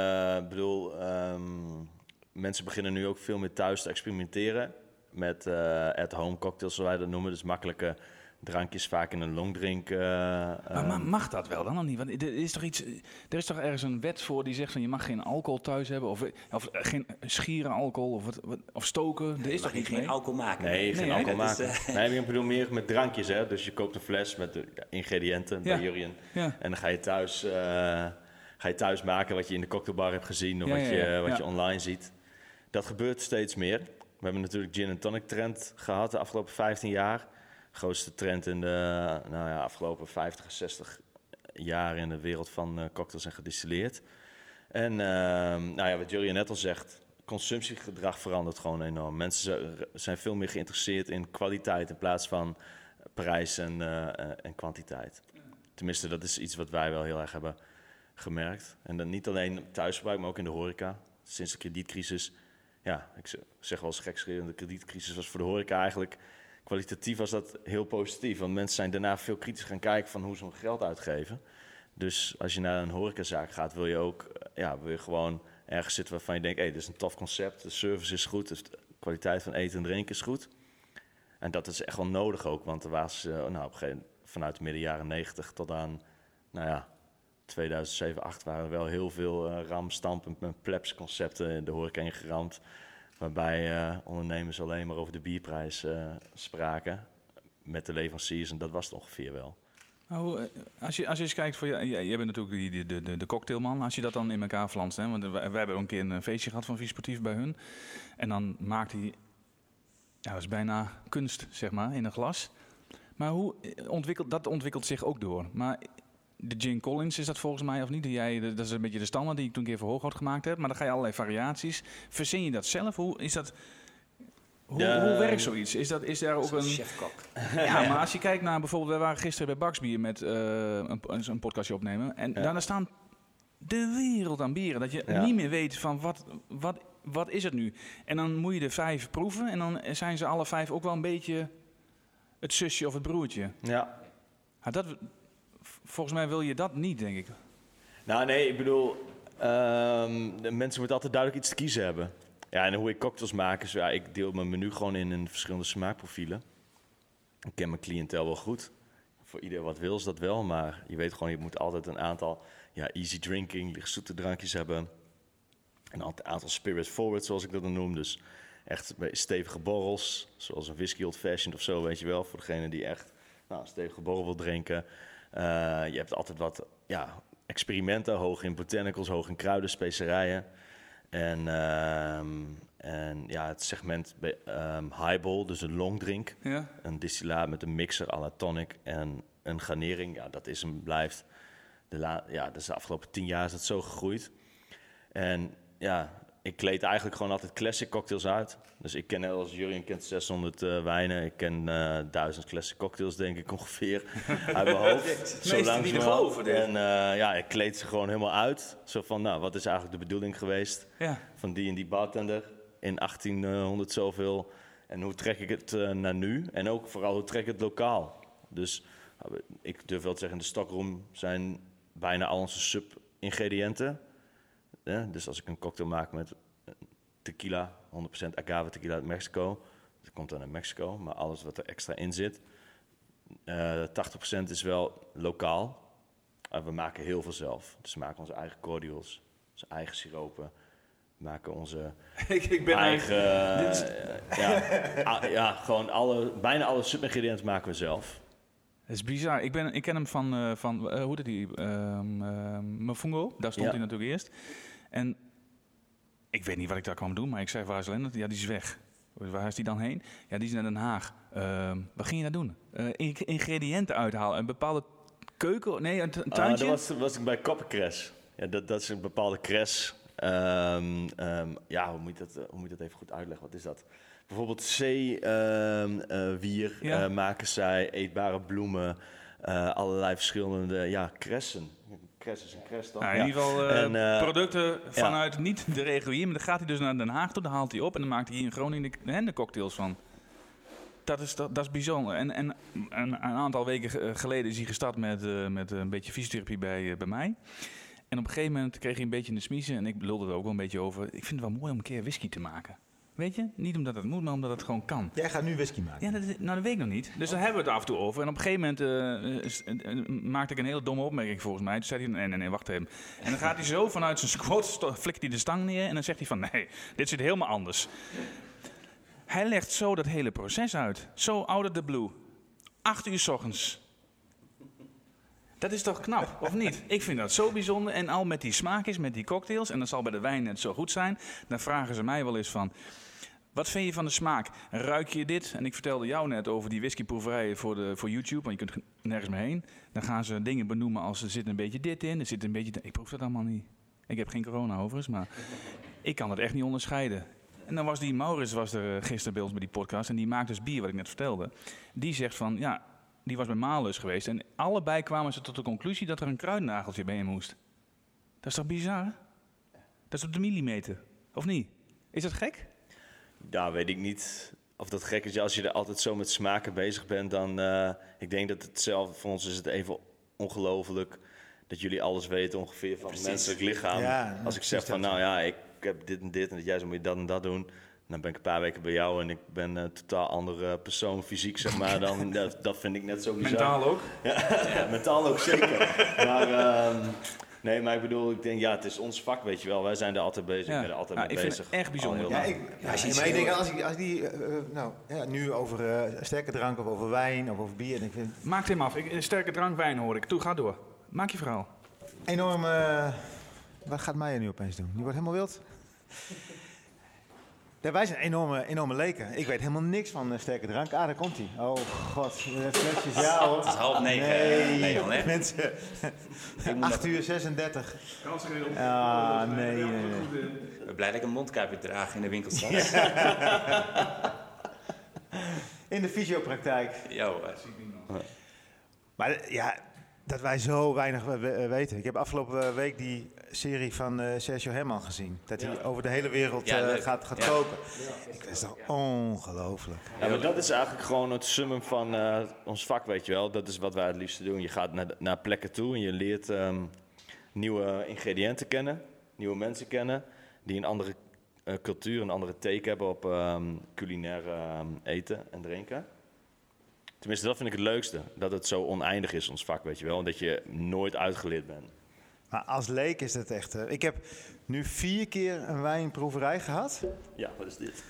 Mensen beginnen nu ook veel meer thuis te experimenteren met at-home cocktails, zoals wij dat noemen. Dus makkelijke drankjes vaak in een longdrink. Maar mag dat wel dan of niet? Want er is toch ergens een wet voor die zegt van je mag geen alcohol thuis hebben of geen schieren alcohol of stoken. Er is toch niet geen alcohol maken? Nee, geen alcohol dat maken. Nee, ik bedoel meer met drankjes, hè. Dus je koopt een fles met de ingrediënten bij Jurjen. Ja. En dan ga je thuis maken wat je in de cocktailbar hebt gezien of wat je online ziet. Dat gebeurt steeds meer. We hebben natuurlijk gin en tonic trend gehad de afgelopen 15 jaar. Grootste trend in de afgelopen 50, 60 jaar in de wereld van cocktails en gedistilleerd. En wat Jurjen net al zegt, consumptiegedrag verandert gewoon enorm. Mensen zijn veel meer geïnteresseerd in kwaliteit in plaats van prijs en kwantiteit. Tenminste, dat is iets wat wij wel heel erg hebben gemerkt. En dan niet alleen thuisgebruik, maar ook in de horeca. Sinds de kredietcrisis, ik zeg wel eens gekscherend, de kredietcrisis was voor de horeca eigenlijk... Kwalitatief was dat heel positief, want mensen zijn daarna veel kritisch gaan kijken van hoe ze hun geld uitgeven. Dus als je naar een horecazaak gaat, wil je gewoon ergens zitten waarvan je denkt, dit is een tof concept, de service is goed, de kwaliteit van eten en drinken is goed. En dat is echt wel nodig ook, want er was op een gegeven moment vanuit de midden jaren 90 tot aan 2007, 2008 waren er wel heel veel ramstampen met plebs concepten in de horeca ingeramd. Waarbij ondernemers alleen maar over de bierprijs spraken met de leveranciers. En dat was het ongeveer wel. Nou, als je eens kijkt, jij bent natuurlijk de cocktailman. Als je dat dan in elkaar flanst. Hè? Want wij hebben ook een keer een feestje gehad van Vies Sportief bij hun. En dan maakt hij... dat is bijna kunst, zeg maar, in een glas. Maar hoe ontwikkelt zich ook door. Maar de Gin Collins is dat volgens mij of niet? Dat is een beetje de standaard die ik toen een keer voor Hooghout gemaakt heb. Maar dan ga je allerlei variaties. Verzin je dat zelf? Hoe werkt zoiets? Is daar ook een... Chefkok. Ja, maar als je kijkt naar bijvoorbeeld... We waren gisteren bij Baksbier met een podcastje opnemen. En daar staan de wereld aan bieren. Dat je niet meer weet van wat is het nu? En dan moet je er 5 proeven. En dan zijn ze alle 5 ook wel een beetje het zusje of het broertje. Ja. Volgens mij wil je dat niet, denk ik. Nou, nee, ik bedoel... de mensen moeten altijd duidelijk iets te kiezen hebben. Ja, en hoe ik cocktails maak is... ik deel mijn menu gewoon in verschillende smaakprofielen. Ik ken mijn cliëntel wel goed. Voor ieder wat wil is dat wel. Maar je weet gewoon, je moet altijd een aantal... easy drinking, zoete drankjes hebben. Een aantal spirit forward, zoals ik dat dan noem. Dus echt stevige borrels. Zoals een whisky old fashioned of zo, weet je wel. Voor degene die echt een stevige borrel wil drinken... je hebt altijd wat experimenten, hoog in botanicals, hoog in kruiden, specerijen. En het segment highball, dus een longdrink. Ja. Een distillaat met een mixer à la tonic en een garnering. Ja, dat is en blijft. Dus de afgelopen 10 jaar is dat zo gegroeid. En ik kleed eigenlijk gewoon altijd classic cocktails uit. Dus ik ken, als Jurjen kent 600 wijnen. Ik ken 1000 classic cocktails, denk ik ongeveer, uit mijn hoofd. Zo langzamerhand. En ik kleed ze gewoon helemaal uit. Zo van, wat is eigenlijk de bedoeling geweest van die en die bartender in 1800 zoveel. En hoe trek ik het naar nu? En ook vooral, hoe trek ik het lokaal? Dus ik durf wel te zeggen, in de stockroom zijn bijna al onze sub-ingrediënten. Dus als ik een cocktail maak met tequila, 100% agave tequila uit Mexico, dat komt dan uit Mexico, maar alles wat er extra in zit, 80% is wel lokaal. We maken heel veel zelf. Dus we maken onze eigen cordials, onze eigen siropen, we maken onze eigen... gewoon bijna alle sub-ingrediënten maken we zelf. Het is bizar. Ik ken hem van hoe heet die? Mfungo. Daar stond hij natuurlijk eerst. En ik weet niet wat ik daar kwam doen, maar ik zei, waar is Lennart? Ja, die is weg. Waar is die dan heen? Ja, die is naar Den Haag. Wat ging je daar doen? Ingrediënten uithalen. Een bepaalde keuken? Nee, een tuintje? Dat was ik bij Koppenkres. Ja, dat is een bepaalde kres. Hoe moet je dat even goed uitleggen? Wat is dat? Bijvoorbeeld zeewier maken zij, eetbare bloemen, allerlei verschillende kressen. Kres is een kres dan. Nou, in ieder geval producten vanuit niet de regio hier, maar dan gaat hij dus naar Den Haag toe, dan haalt hij op en dan maakt hij hier in Groningen de cocktails van. Dat is bijzonder. En een aantal weken geleden is hij gestart met een beetje fysiotherapie bij mij. En op een gegeven moment kreeg hij een beetje in de smiezen en ik lulde er ook wel een beetje over. Ik vind het wel mooi om een keer whisky te maken. Weet je? Niet omdat het moet, maar omdat het gewoon kan. Jij gaat nu whisky maken? Ja, dat weet ik nog niet. Dus daar hebben we het af en toe over. En op een gegeven moment maakte ik een hele domme opmerking volgens mij. Toen zei hij, nee, wacht even. En dan gaat hij zo vanuit zijn squat, flikt hij de stang neer en dan zegt hij van, nee, dit zit helemaal anders. Hij legt zo dat hele proces uit. Zo out of the blue. 8 uur 's ochtends. Dat is toch knap, of niet? Ik vind dat zo bijzonder. En al met die smaakjes, met die cocktails, en dat zal bij de wijn net zo goed zijn, dan vragen ze mij wel eens van, wat vind je van de smaak? Ruik je dit? En ik vertelde jou net over die whiskyproeverijen voor YouTube, want je kunt nergens meer heen. Dan gaan ze dingen benoemen als er zit een beetje dit in, er zit een beetje... Ik proef dat allemaal niet. Ik heb geen corona overigens, maar ik kan het echt niet onderscheiden. En dan was die Maurits er gisteren bij ons bij die podcast en die maakt dus bier, wat ik net vertelde. Die zegt van, ja, die was bij Malus geweest en allebei kwamen ze tot de conclusie dat er een kruidnageltje bij in moest. Dat is toch bizar? Dat is op de millimeter, of niet? Is dat gek? Ja, weet ik niet of dat gek is. Ja, als je er altijd zo met smaken bezig bent, dan... ik denk dat hetzelfde voor ons is het even ongelooflijk dat jullie alles weten ongeveer van het menselijk lichaam. Ja, als ik zeg van, nou ja, ik heb dit en dit en dat jij zo moet je dat en dat doen. Dan ben ik een paar weken bij jou en ik ben een totaal andere persoon, fysiek zeg maar. Dan, dat vind ik net zo bizar. Mentaal ook? Ja, mentaal ook zeker. Nee, maar ik bedoel, ik denk, ja, het is ons vak, weet je wel. Wij zijn er altijd bezig, ik ben er altijd mee bezig. Ik vind het echt bijzonder. Maar ik denk, als die nu over sterke drank of over wijn of over bier... Ik vind... Maak hem af. Sterke drank, wijn hoor ik. Toe, ga door. Maak je verhaal. Enorm... wat gaat Meijer nu opeens doen? Die wordt helemaal wild. Ja, wij zijn enorme leken. Ik weet helemaal niks van sterke drank. Ah, daar komt hij. Oh god, flesjes, ja hoor. Het is 8:30. Nee, Jan, hè? Mensen, 8 uur 36. Nee. Ik ben blij dat ik een mondkapje draag in de winkel straks. In de fysiopraktijk. Ja, maar ja, dat wij zo weinig weten. Ik heb afgelopen week die serie van Sergio Herman gezien. Dat hij over de hele wereld gaat koken. Ja. Ik vind het toch ongelooflijk. Ja, maar dat is eigenlijk gewoon het summum van ons vak, weet je wel. Dat is wat wij het liefste doen. Je gaat naar plekken toe en je leert nieuwe ingrediënten kennen. Nieuwe mensen kennen. Die een andere cultuur, een andere take hebben op culinair eten en drinken. Tenminste, dat vind ik het leukste. Dat het zo oneindig is, ons vak, weet je wel. En dat je nooit uitgeleerd bent. Maar als leek is het echt... ik heb nu 4 keer een wijnproeverij gehad. Ja, wat is dit?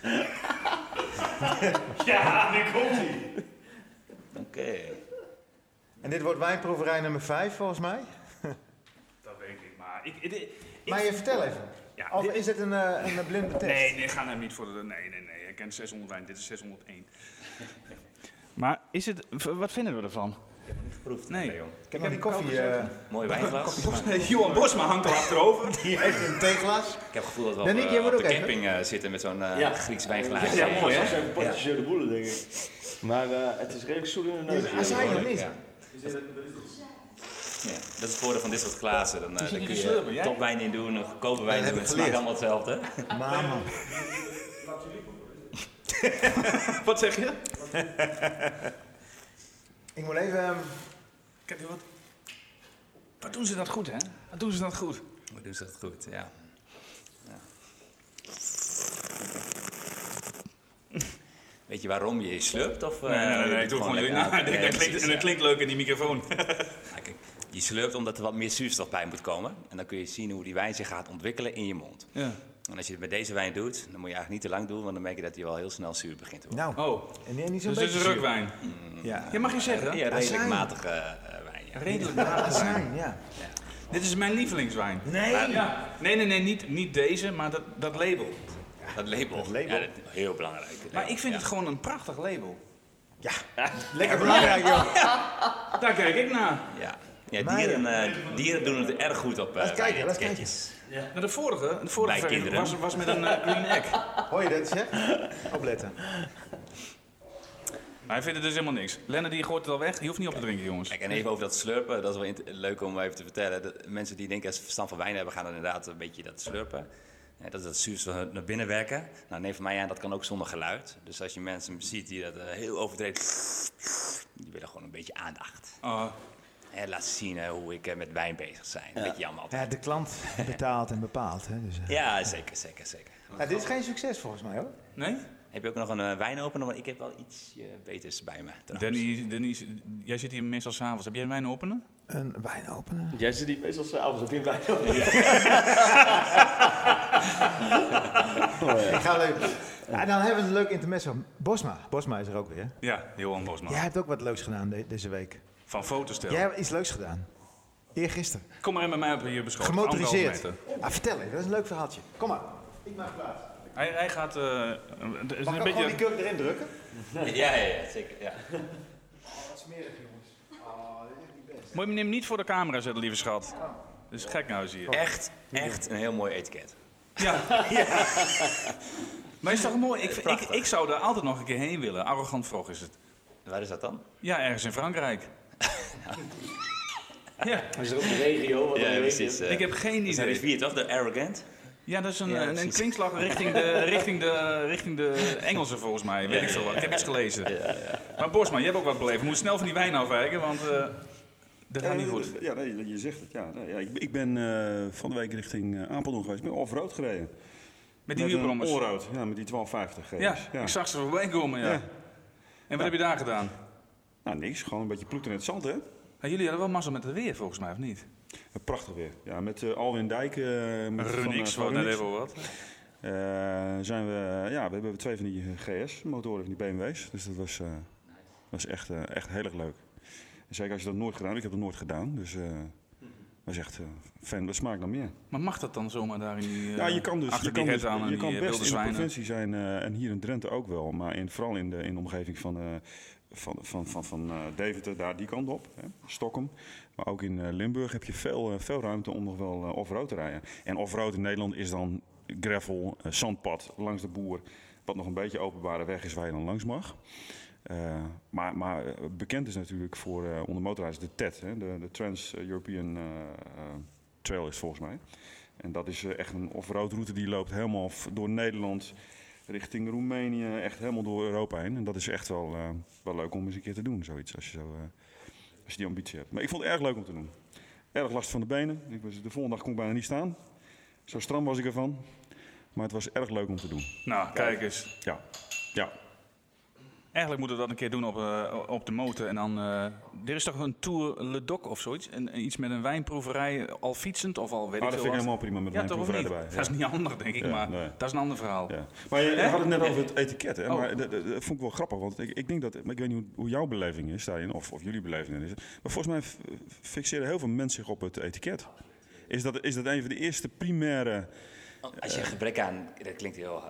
Ja, nu komt hij. Oké. En dit wordt wijnproeverij nummer 5 volgens mij. Dat weet ik, maar... Maar je vertel even. Ja, of is het een blinde test? Nee, ga nou niet voor de... Nee. Ik ken 600 wijn, dit is 601. Maar is het... Wat vinden we ervan? Geproefd. Nee. Jong. Ik heb nog die koffie. Mooi wijnglas. Johan Bosma hangt er achterover. Die heeft een theeglas. Ik heb het gevoel dat we op de camping zitten met zo'n Grieks wijnglaasje. Ja, mooi hè? Dat zijn potentiële boelen, denk ik. Maar het is redelijk zoel in de neus. Azijn nog niet. Ja, dat is het voordeel van dit soort glazen. Dan kun je topwijn in doen, een goedkope wijn doen. Het smaakt allemaal hetzelfde. Mama. Wat zeg je? Ik moet even... Kijk, wat doen ze dat goed, hè? Wat doen ze dat goed? Wat doen ze dat goed, ja. Weet je waarom je slurpt? Of, nee, ik doe gewoon en het klinkt leuk in die microfoon. Kijk, je slurpt omdat er wat meer zuurstof bij moet komen. En dan kun je zien hoe die wijn zich gaat ontwikkelen in je mond. Ja. En als je het met deze wijn doet, dan moet je eigenlijk niet te lang doen, want dan merk je dat hij wel heel snel zuur begint te worden. Nou, en niet zo'n dus het is een rukwijn. Ja, mag je zeggen. Ja, redelijk matige wijn. Ja. Redelijk matige wijn, ja. Dit is mijn lievelingswijn. Nee. Nee, niet deze, maar dat label. Dat label. Ja, dat is heel belangrijk. Maar ik vind het gewoon een prachtig label. Ja, lekker belangrijk, joh. Daar kijk ik naar. Ja, dieren doen het erg goed op Laat kijken. Ja. Nou, de vorige versie was met een green egg. Hoor je dat, zeg? Opletten. Maar hij vindt het dus helemaal niks. Lennart die gooit het al weg. Je hoeft niet op te drinken, jongens. Kijk, en even over dat slurpen. Dat is wel leuk om even te vertellen. De mensen die denken dat ze verstand van wijn hebben, gaan dan inderdaad een beetje dat slurpen. Ja, dat is dat zuurstof naar binnen werken. Nou, neem van mij aan, dat kan ook zonder geluid. Dus als je mensen ziet die dat heel overdreven... Die willen gewoon een beetje aandacht. En laat zien hoe ik met wijn bezig zijn. Weet je allemaal. Ja, de klant betaalt en bepaalt. Hè, dus, ja, zeker. Nou, dit is geen succes volgens mij, hoor. Nee? Heb je ook nog een wijnopener? Want ik heb wel iets beters bij me. Dennis, jij zit hier meestal s'avonds. Heb jij een wijnopener? Een wijnopener? Jij zit hier meestal s'avonds op in wijnopener. Ik ga leuk. Ja, dan hebben we een leuk intermezzo. Bosma is er ook weer. Ja, Johan Bosma. Jij hebt ook wat leuks gedaan deze week. Van foto's stellen. Jij hebt iets leuks gedaan. Eergisteren. Kom maar in bij mij op je beschoten. Gemotoriseerd. Vertel eens, dat is een leuk verhaaltje. Kom maar. Ik maak plaats. Hij gaat... Mag ik ook gewoon die kurk erin drukken? Ja, zeker. Ja. Wat smerig, jongens. Dit is niet best. Moet je hem niet voor de camera zetten, lieve schat. Dat is gek nou hier. Echt een heel mooi etiket. Ja. Maar is toch mooi? Ik zou daar altijd nog een keer heen willen. Arrogant Frog is het. Waar is dat dan? Ja, ergens in Frankrijk. Ja. Is er ook de regio? Ja, precies. Ik heb geen Is dat idee. rivier toch? De Arrogant? Ja, dat is een kwinkslag richting de Engelsen volgens mij. Weet ik veel wat. Ik heb iets gelezen. Ja. Maar Bosma, jij hebt ook wat beleefd. Je moet snel van die wijn afwijken, want dat gaat niet goed. Ja, nee, je zegt het. Ja, nee, ik ben van de week richting Apeldoorn geweest. Ik ben off-road gereden. Met die een wielbrommers. allroad, ja, met die 1250 Ja, GS. ik zag ze voorbij komen, ja. Ja. En wat heb je daar gedaan? Nou, niks. Gewoon een beetje ploeteren in het zand, hè. Nou, jullie hadden wel mazzel met het weer, volgens mij, of niet? Prachtig weer. Ja, met Alwin Dijk. Runix, wat net even wat. Zijn we, ja, we hebben 2 van die GS-motoren, van die BMW's. Dus dat was echt heel erg leuk. En zeker als je dat nooit gedaan hebt. Ik heb dat nooit gedaan. Dus dat is echt fan. Dat smaakt naar meer. Maar mag dat dan zomaar daar in die Ja, je kan dus, achter je die kan, het dus, aan en je kan die best wilde in de zwijnen? provincie zijn en hier in Drenthe ook wel. Maar vooral in de omgeving van Deventer, daar die kant op, hè, Stockholm. Maar ook in Limburg heb je veel ruimte om nog wel off-road te rijden. En off-road in Nederland is dan gravel, zandpad langs de boer. Wat nog een beetje openbare weg is waar je dan langs mag. Maar bekend is natuurlijk voor onder motorrijders de TED, hè, de Trans-European Trail is volgens mij. En dat is echt een off-road route die loopt helemaal door Nederland richting Roemenië, echt helemaal door Europa heen. En dat is echt wel leuk om eens een keer te doen, zoiets, als je die ambitie hebt. Maar ik vond het erg leuk om te doen. Erg last van de benen. De volgende dag kon ik bijna niet staan. Zo stram was ik ervan. Maar het was erg leuk om te doen. Nou, kijk eens. Ja. Eigenlijk moeten we dat een keer doen op de motor. En dan, er is toch een Tour Le Doc of zoiets? Iets met een wijnproeverij, al fietsend of al weet ik veel Dat vind ik helemaal prima met mijn proeverij erbij. Dat is niet handig, denk ik, maar nee. Dat is een ander verhaal. Ja. Maar je had het net over het etiket, hè? Maar dat vond ik wel grappig, want ik denk dat, ik weet niet hoe jouw beleving is daarin, of jullie beleving is. Maar volgens mij fixeren heel veel mensen zich op het etiket. Is dat een van de eerste primaire... Als je gebrek aan, dat klinkt heel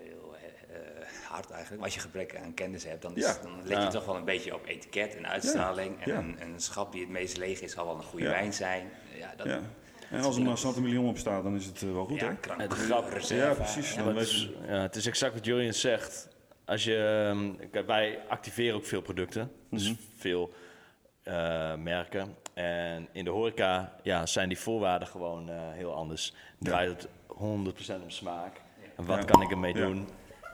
hard eigenlijk, maar als je gebrek aan kennis hebt, dan let je toch wel een beetje op etiket en uitstraling. Ja. En een schap die het meest leeg is, zal wel een goede wijn zijn. En als er maar een miljoen op staat, dan is het wel goed, hè? Het grap, ja, precies. Het is exact wat Julian zegt. Als wij activeren ook veel producten, dus veel merken. En in de horeca zijn die voorwaarden gewoon heel anders. Draait het 100% om smaak. En wat kan ik ermee doen?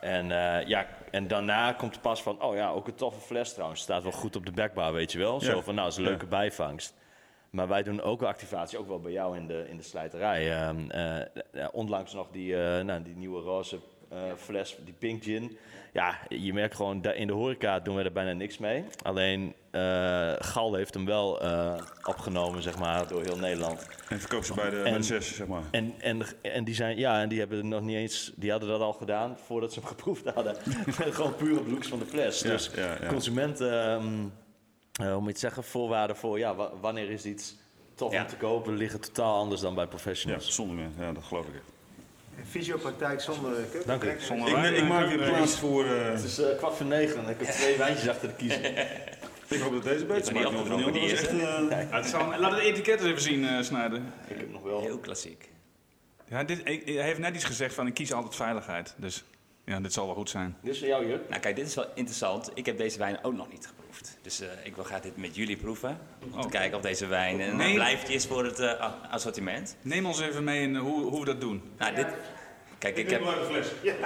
En daarna komt er pas van, ook een toffe fles trouwens. Staat wel goed op de backbar, weet je wel. Zo van, dat is een leuke bijvangst. Maar wij doen ook wel activatie, ook wel bij jou in de slijterij. Onlangs nog die nieuwe roze fles, die Pink Gin. Ja, je merkt gewoon, in de horeca doen we er bijna niks mee. Alleen Gal heeft hem wel opgenomen, zeg maar, door heel Nederland. En verkoopt ze bij de 6, zeg maar. En die zijn, en die hebben nog niet eens, die hadden dat al gedaan voordat ze hem geproefd hadden. Gewoon puur op looks van de fles. Dus consumenten, hoe moet je het zeggen, voorwaarden voor, wanneer is iets tof om te kopen, liggen totaal anders dan bij professionals. Ja, zonder meer. Ja, dat geloof ik. Fysiopraktijk zonder keuken. Dank u. Ik maak weer plaats voor... Het is 8:15 en ik heb 2 wijntjes achter de kiezen. Ik hoop dat deze beter smaakt. Laat het etiket eens even zien, Snijden. Ik heb nog wel... Heel klassiek. Ja, hij heeft net iets gezegd van, ik kies altijd veiligheid. Dus ja, dit zal wel goed zijn. Dit is voor jou, Jurk. Nou kijk, dit is wel interessant. Ik heb deze wijn ook nog niet geproefd. Dus ik wil graag dit met jullie proeven. Om te kijken of deze wijn een blijftje is voor het assortiment. Neem ons even mee in hoe we dat doen. Nou, dit... Kijk, ik heb... een fles.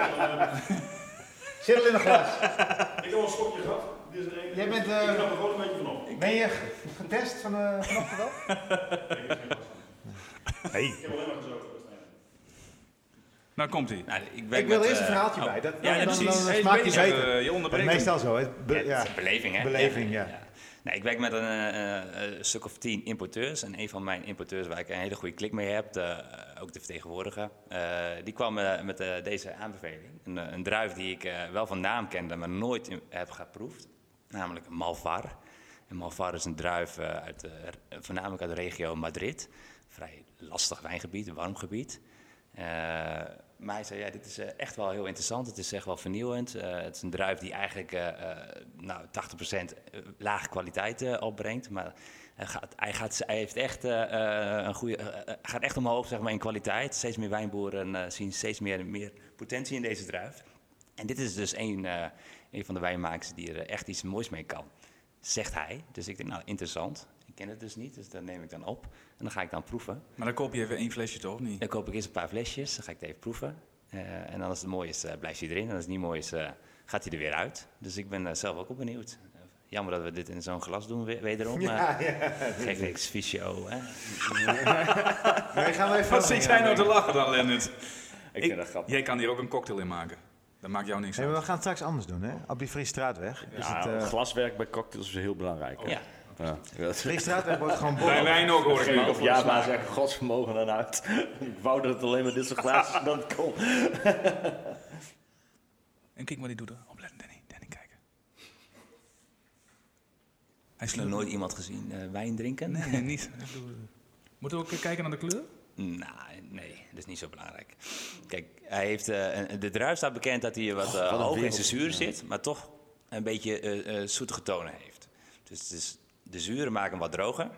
Zit al in een glas. Ik heb al een schokje gehad. Jij bent... Ik knap er gewoon een beetje vanop. Ben je getest vanochtend wel? Hey. Ik heb alleen maar gezopen. Nou komt ie. Nou, Ik wil eerst een verhaaltje bij. Dan smaak je beter. Je onderbreekt Meestal zo, hè? Het is beleving, hè? Beleving, ja. Nee, ik werk met een stuk of 10 importeurs. En een van mijn importeurs waar ik een hele goede klik mee heb, ook de vertegenwoordiger, die kwam met deze aanbeveling. Een druif die ik wel van naam kende, maar nooit heb geproefd. Namelijk Malvar. En Malvar is een druif voornamelijk uit de regio Madrid. Vrij lastig wijngebied, warm gebied. Maar hij zei, dit is echt wel heel interessant. Het is echt wel vernieuwend. Het is een druif die eigenlijk 80% lage kwaliteit opbrengt. Maar hij heeft echt een goede, gaat echt omhoog, zeg maar, in kwaliteit. Steeds meer wijnboeren zien steeds meer potentie in deze druif. En dit is dus een van de wijnmakers die er echt iets moois mee kan, zegt hij. Dus ik denk, nou, interessant. Ik ken het dus niet, dus dat neem ik dan op. En dan ga ik dan proeven. Maar dan koop je even 1 flesje, toch? Niet? Dan koop ik eerst een paar flesjes, dan ga ik het even proeven. En dan als het mooi is, blijft hij erin. En als het niet mooi is, gaat hij er weer uit. Dus ik ben zelf ook wel benieuwd. Jammer dat we dit in zo'n glas doen, wederom. Maar geef niks, Ficio, hè. Nee, gaan we even Wat zit jij nou te lachen dan, Lennart? Ik vind dat grappig. Jij kan hier ook een cocktail in maken. Dat maakt jou niks Nee, uit. maar we gaan het straks anders doen, hè? Op die Friesstraatweg. Glaswerk bij cocktails is heel belangrijk. Ja. Friesstraatweg wordt gewoon Bij borrel. wijn ook, hoor ik Geen wel. of ja, maar zeg godsvermogen dan uit. Ik wou dat het alleen maar dit soort glazen dan kon. En kijk wat hij doet. Opletten, Danny, kijken. Hij Ik heb nog nooit iemand gezien wijn drinken. Nee, niet. Moeten we ook kijken naar de kleur? Nou, nee, dat is niet zo belangrijk. Kijk, hij heeft, de druif staat bekend dat hij wat hoog in zijn zuur zit, maar toch een beetje zoetige tonen heeft. Dus de zuren maken hem wat droger.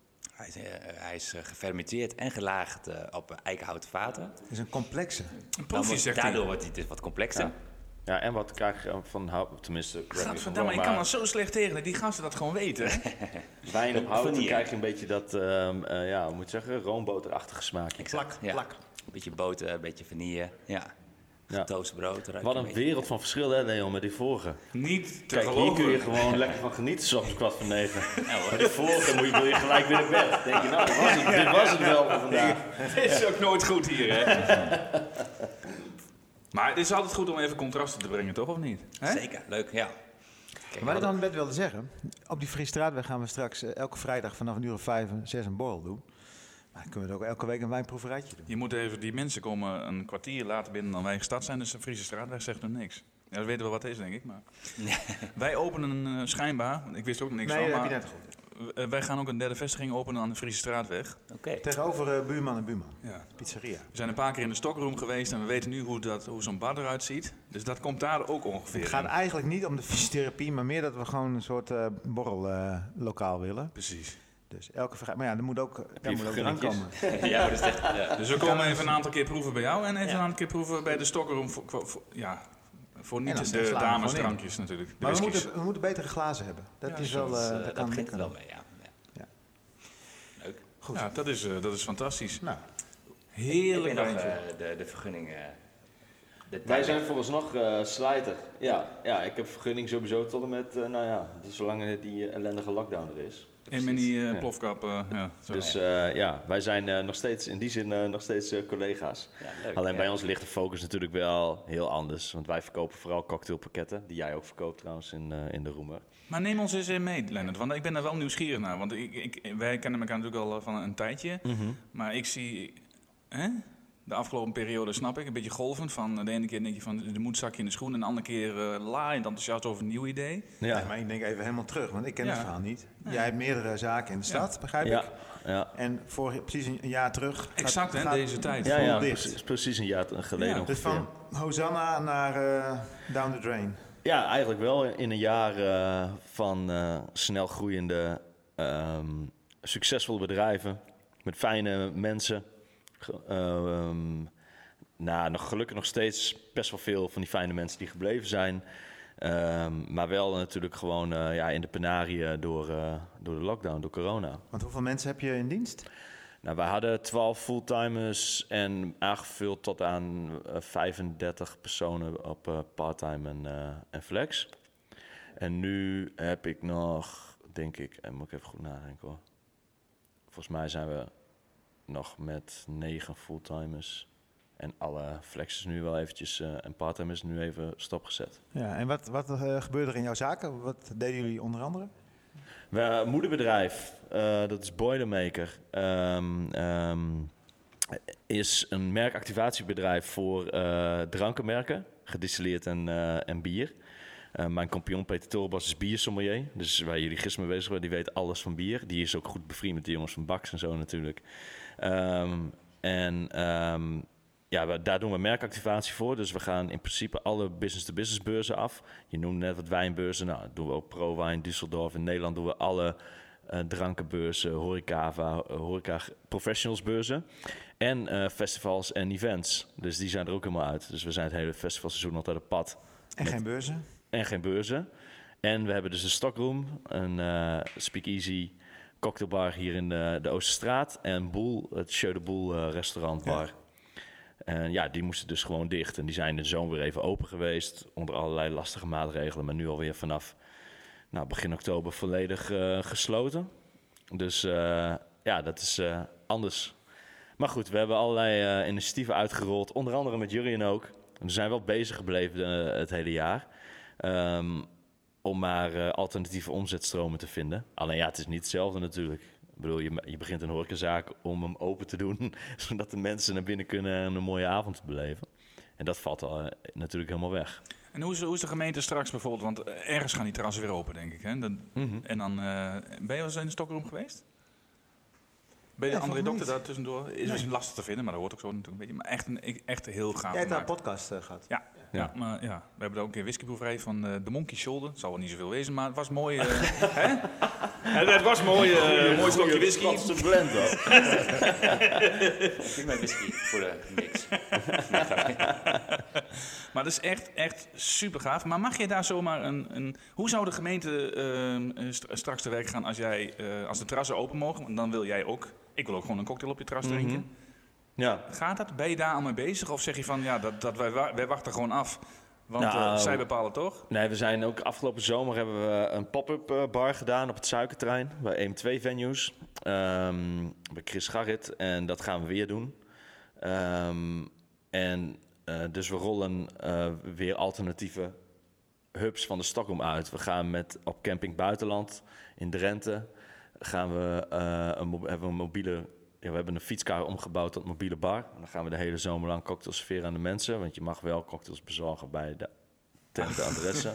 Hij is gefermenteerd en gelaagd op eikenhouten vaten. Het is een complexe. Een proefje, zegt hij. Daardoor wordt hij dus wat complexer. Ja, en wat krijg je van hout, tenminste... Gadverdamme, ik kan er zo slecht tegen dat die gasten dat gewoon weten. Wijn op hout, dan Vanille. krijg je een beetje dat, hoe moet je zeggen, roomboterachtige smaakje. Exact, ja. plak. Een beetje boter, een beetje vanille. Ja. Getoast brood. ruikt Wat een een beetje. wereld van verschil, hè, Leon, met die vorige. Niet te Kijk, hier geloven. kun je gewoon lekker van genieten, soms 8:45. Maar die vorige wil je gelijk weer naar bed. Denk je, nou, dit was het wel voor vandaag. Het is ook nooit goed hier, hè? Maar het is altijd goed om even contrasten te brengen, toch? Of niet? Hè? Zeker, leuk, ja. Kijk, Wat ik dan net wilde zeggen, op die Friesstraatweg gaan we straks elke vrijdag vanaf 5:00 een borrel doen. Maar dan kunnen we ook elke week een wijnproeverijtje doen. Je moet even, die mensen komen een kwartier later binnen dan wij gestart zijn, dus de Friese Straatweg zegt er niks. Ja, dat weten we wat het is, denk ik. Maar wij openen schijnbaar, ik wist ook niks Nee, van, dat maar heb je net goed. wij gaan ook een derde vestiging openen aan de Friese Straatweg. Oké. Tegenover Buurman en Buurman, Ja. pizzeria. We zijn een paar keer in de stockroom geweest en we weten nu hoe zo'n bar eruit ziet. Dus dat komt daar ook ongeveer. Het gaat in. eigenlijk niet om de fysiotherapie, maar meer dat we gewoon een soort borrellokaal willen. Precies. Dus elke vrijdag, maar ja, er moet ook vergunningetjes? aankomen. Ja, maar dat is echt, ja. Dus we komen even een aantal keer proeven bij jou en even een aantal keer proeven bij de stockroom voor En niet dan de slaan we damesdrankjes natuurlijk. De Maar whiskies. we moeten betere glazen hebben. Dat Ja, is zo. wel... Dat kan begint er kan. wel mee, ja. Ja. Leuk. Goed. Ja, dat is fantastisch. Nou, Heerlijk Ik ben nog wijntje. de vergunning. Wij zijn vooralsnog slijter. Ja, ik heb vergunning sowieso tot en met, zolang die ellendige lockdown er is. En met die plofkap. Ja, zo. Dus wij zijn nog steeds, in die zin nog steeds collega's. Ja, leuk, Alleen bij ja. ons ligt de focus natuurlijk wel heel anders. Want wij verkopen vooral cocktailpakketten, die jij ook verkoopt trouwens in de Roemer. Maar neem ons eens in mee, Lennart, want ik ben er wel nieuwsgierig naar. Want wij kennen elkaar natuurlijk al van een tijdje. Maar ik zie, de afgelopen periode snap ik, een beetje golvend. Van de ene keer denk je van de moedzakje in de schoen en de andere keer laaiend enthousiast over een nieuw idee. ja. Ja, maar ik denk even helemaal terug, want ik ken Ja. het verhaal niet. Jij hebt meerdere zaken in de stad, begrijp ik. ja. En precies een jaar terug... Exact, hè, deze tijd. Ja, dicht. precies een jaar geleden Ja, Dus ongeveer. van Hosanna naar Down the Drain. Ja, eigenlijk wel in een jaar van snel groeiende, succesvolle bedrijven met fijne mensen. Gelukkig nog steeds best wel veel van die fijne mensen die gebleven zijn. Maar wel natuurlijk gewoon in de penarie door de lockdown, door corona. Want hoeveel mensen heb je in dienst? Nou, wij hadden 12 fulltimers en aangevuld tot aan 35 personen op parttime en flex. En nu heb ik nog, denk ik, en moet ik even goed nadenken hoor. Volgens mij zijn we nog met 9 fulltimers En alle flex is nu wel eventjes, en parttime is nu even stopgezet. Ja, en wat gebeurde er in jouw zaken? Wat deden jullie onder andere? Moederbedrijf, dat is Boilermaker. Is een merkactivatiebedrijf voor drankenmerken, gedistilleerd en bier. Mijn compagnon Peter Torenbos is biersommelier. Dus waar jullie gisteren mee bezig waren, die weet alles van bier. Die is ook goed bevriend met de jongens van Baks en zo natuurlijk. Daar doen we merkactivatie voor. Dus we gaan in principe alle business-to-business beurzen af. Je noemde net wat wijnbeurzen. Nou, dat doen we ook ProWine, Düsseldorf. In Nederland doen we alle drankenbeurzen, horeca professionalsbeurzen. En festivals en events. Dus die zijn er ook helemaal uit. Dus we zijn het hele festivalseizoen altijd op pad. En geen beurzen? En geen beurzen. En we hebben dus de Stockroom, een speakeasy cocktailbar hier in de Oosterstraat. En Boel, het Jeu de Boel restaurantbar. Ja. En die moesten dus gewoon dicht. En die zijn in de zomer weer even open geweest. Onder allerlei lastige maatregelen. Maar nu alweer vanaf begin oktober volledig gesloten. Dus dat is anders. Maar goed, we hebben allerlei initiatieven uitgerold. Onder andere met Jurjen ook. We zijn wel bezig gebleven het hele jaar. Om maar alternatieve omzetstromen te vinden. Alleen het is niet hetzelfde natuurlijk. Ik bedoel, je begint een horecazaak om hem open te doen, zodat de mensen naar binnen kunnen en een mooie avond beleven. En dat valt al natuurlijk helemaal weg. En hoe is de gemeente straks bijvoorbeeld? Want ergens gaan die terrassen weer open, denk ik. Hè? En dan ben je wel eens in de Stockroom geweest? Ben je de andere dokter daar tussendoor? Is misschien lastig te vinden, maar dat hoort ook zo natuurlijk een beetje. Maar echt heel gaaf. Jij hebt daar een podcast gehad. Ja, maar we hebben daar ook een keer whiskyproeverij van de Monkey Shoulder. Het zal wel niet zoveel wezen, maar het was mooi. Hè? Het was mooi, mooi slokje whisky. Dat is een blend hoor. Ik ben whisky voor de mix. Maar dat is echt super gaaf. Maar mag je daar zomaar hoe zou de gemeente straks te werk gaan als de terrassen open mogen? Want dan wil jij ook. Ik wil ook gewoon een cocktail op je terras drinken. Ja. Gaat dat? Ben je daar al mee bezig? Of zeg je van, wij wachten gewoon af, want zij bepalen toch? Nee, we zijn ook afgelopen zomer hebben we een pop-up bar gedaan op het Suikertrein. Bij EM2 venues. Bij Chris Garrit. En dat gaan we weer doen. Dus we rollen weer alternatieve hubs van de Stockholm uit. We gaan op Camping Buitenland in Drenthe. Hebben we een mobiele... Ja, we hebben een fietskar omgebouwd tot mobiele bar. En dan gaan we de hele zomer lang cocktails serveren aan de mensen. Want je mag wel cocktails bezorgen bij de tentenadressen.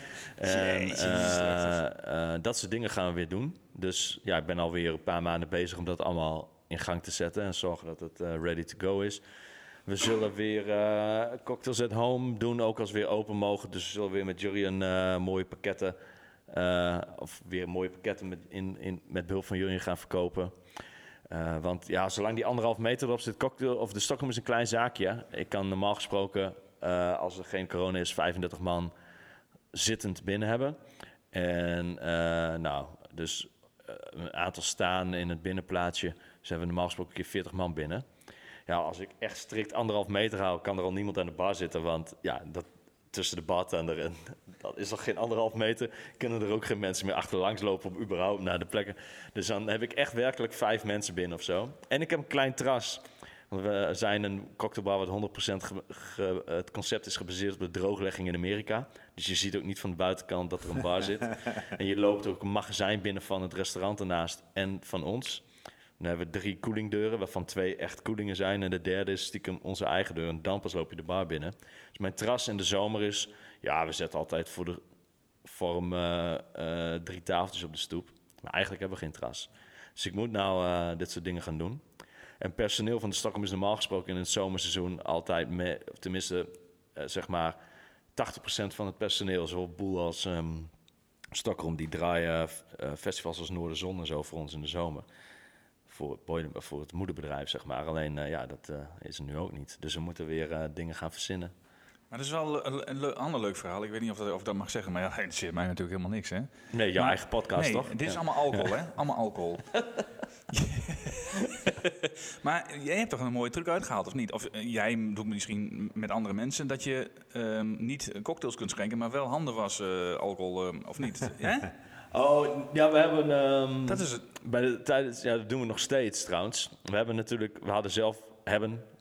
Dat soort dingen gaan we weer doen. Dus ik ben alweer een paar maanden bezig om dat allemaal in gang te zetten. En zorgen dat het ready to go is. We zullen weer cocktails at home doen, ook als we weer open mogen. Dus we zullen weer met Jurjen mooie pakketten... of weer mooie pakketten met behulp van Jurjen gaan verkopen. Want zolang die 1,5 meter erop zit, cocktail of de Stockholm is een klein zaakje. Ik kan normaal gesproken, als er geen corona is, 35 man zittend binnen hebben. En dus een aantal staan in het binnenplaatsje. Dus hebben we normaal gesproken een keer 40 man binnen. Ja, als ik echt strikt 1,5 meter hou, kan er al niemand aan de bar zitten. Want tussen de bartender en dat is nog geen 1,5 meter. Kunnen er ook geen mensen meer achterlangs lopen om überhaupt naar de plekken. Dus dan heb ik echt werkelijk 5 mensen binnen of zo. En ik heb een klein terras. Want we zijn een cocktailbar wat 100% het concept is gebaseerd op de drooglegging in Amerika. Dus je ziet ook niet van de buitenkant dat er een bar zit. En je loopt ook een magazijn binnen van het restaurant ernaast en van ons. Dan hebben we 3 koelingdeuren, waarvan 2 echt koelingen zijn. En de derde is stiekem onze eigen deur. En dan pas loop je de bar binnen. Dus mijn terras in de zomer is... Ja, we zetten altijd voor de vorm 3 tafeltjes op de stoep. Maar eigenlijk hebben we geen terras. Dus ik moet nou dit soort dingen gaan doen. En personeel van de Stockholm is normaal gesproken in het zomerseizoen altijd... tenminste, zeg maar 80% van het personeel, zowel Boel als Stockholm... die draaien festivals als Noorderzon en zo voor ons in de zomer... Voor het moederbedrijf, zeg maar. Alleen, dat is er nu ook niet. Dus we moeten weer dingen gaan verzinnen. Maar dat is wel een ander leuk verhaal. Ik weet niet of dat mag zeggen, maar dat interesseert mij natuurlijk helemaal niks, hè? Nee, jouw eigen podcast, toch? Dit is allemaal alcohol, hè? Allemaal alcohol. Maar jij hebt toch een mooie truc uitgehaald, of niet? Of jij doet misschien met andere mensen dat je niet cocktails kunt schenken, maar wel handen wassen, alcohol, of niet? Ja? Oh, ja, we hebben... dat is het. Dat doen we nog steeds trouwens. We hadden zelf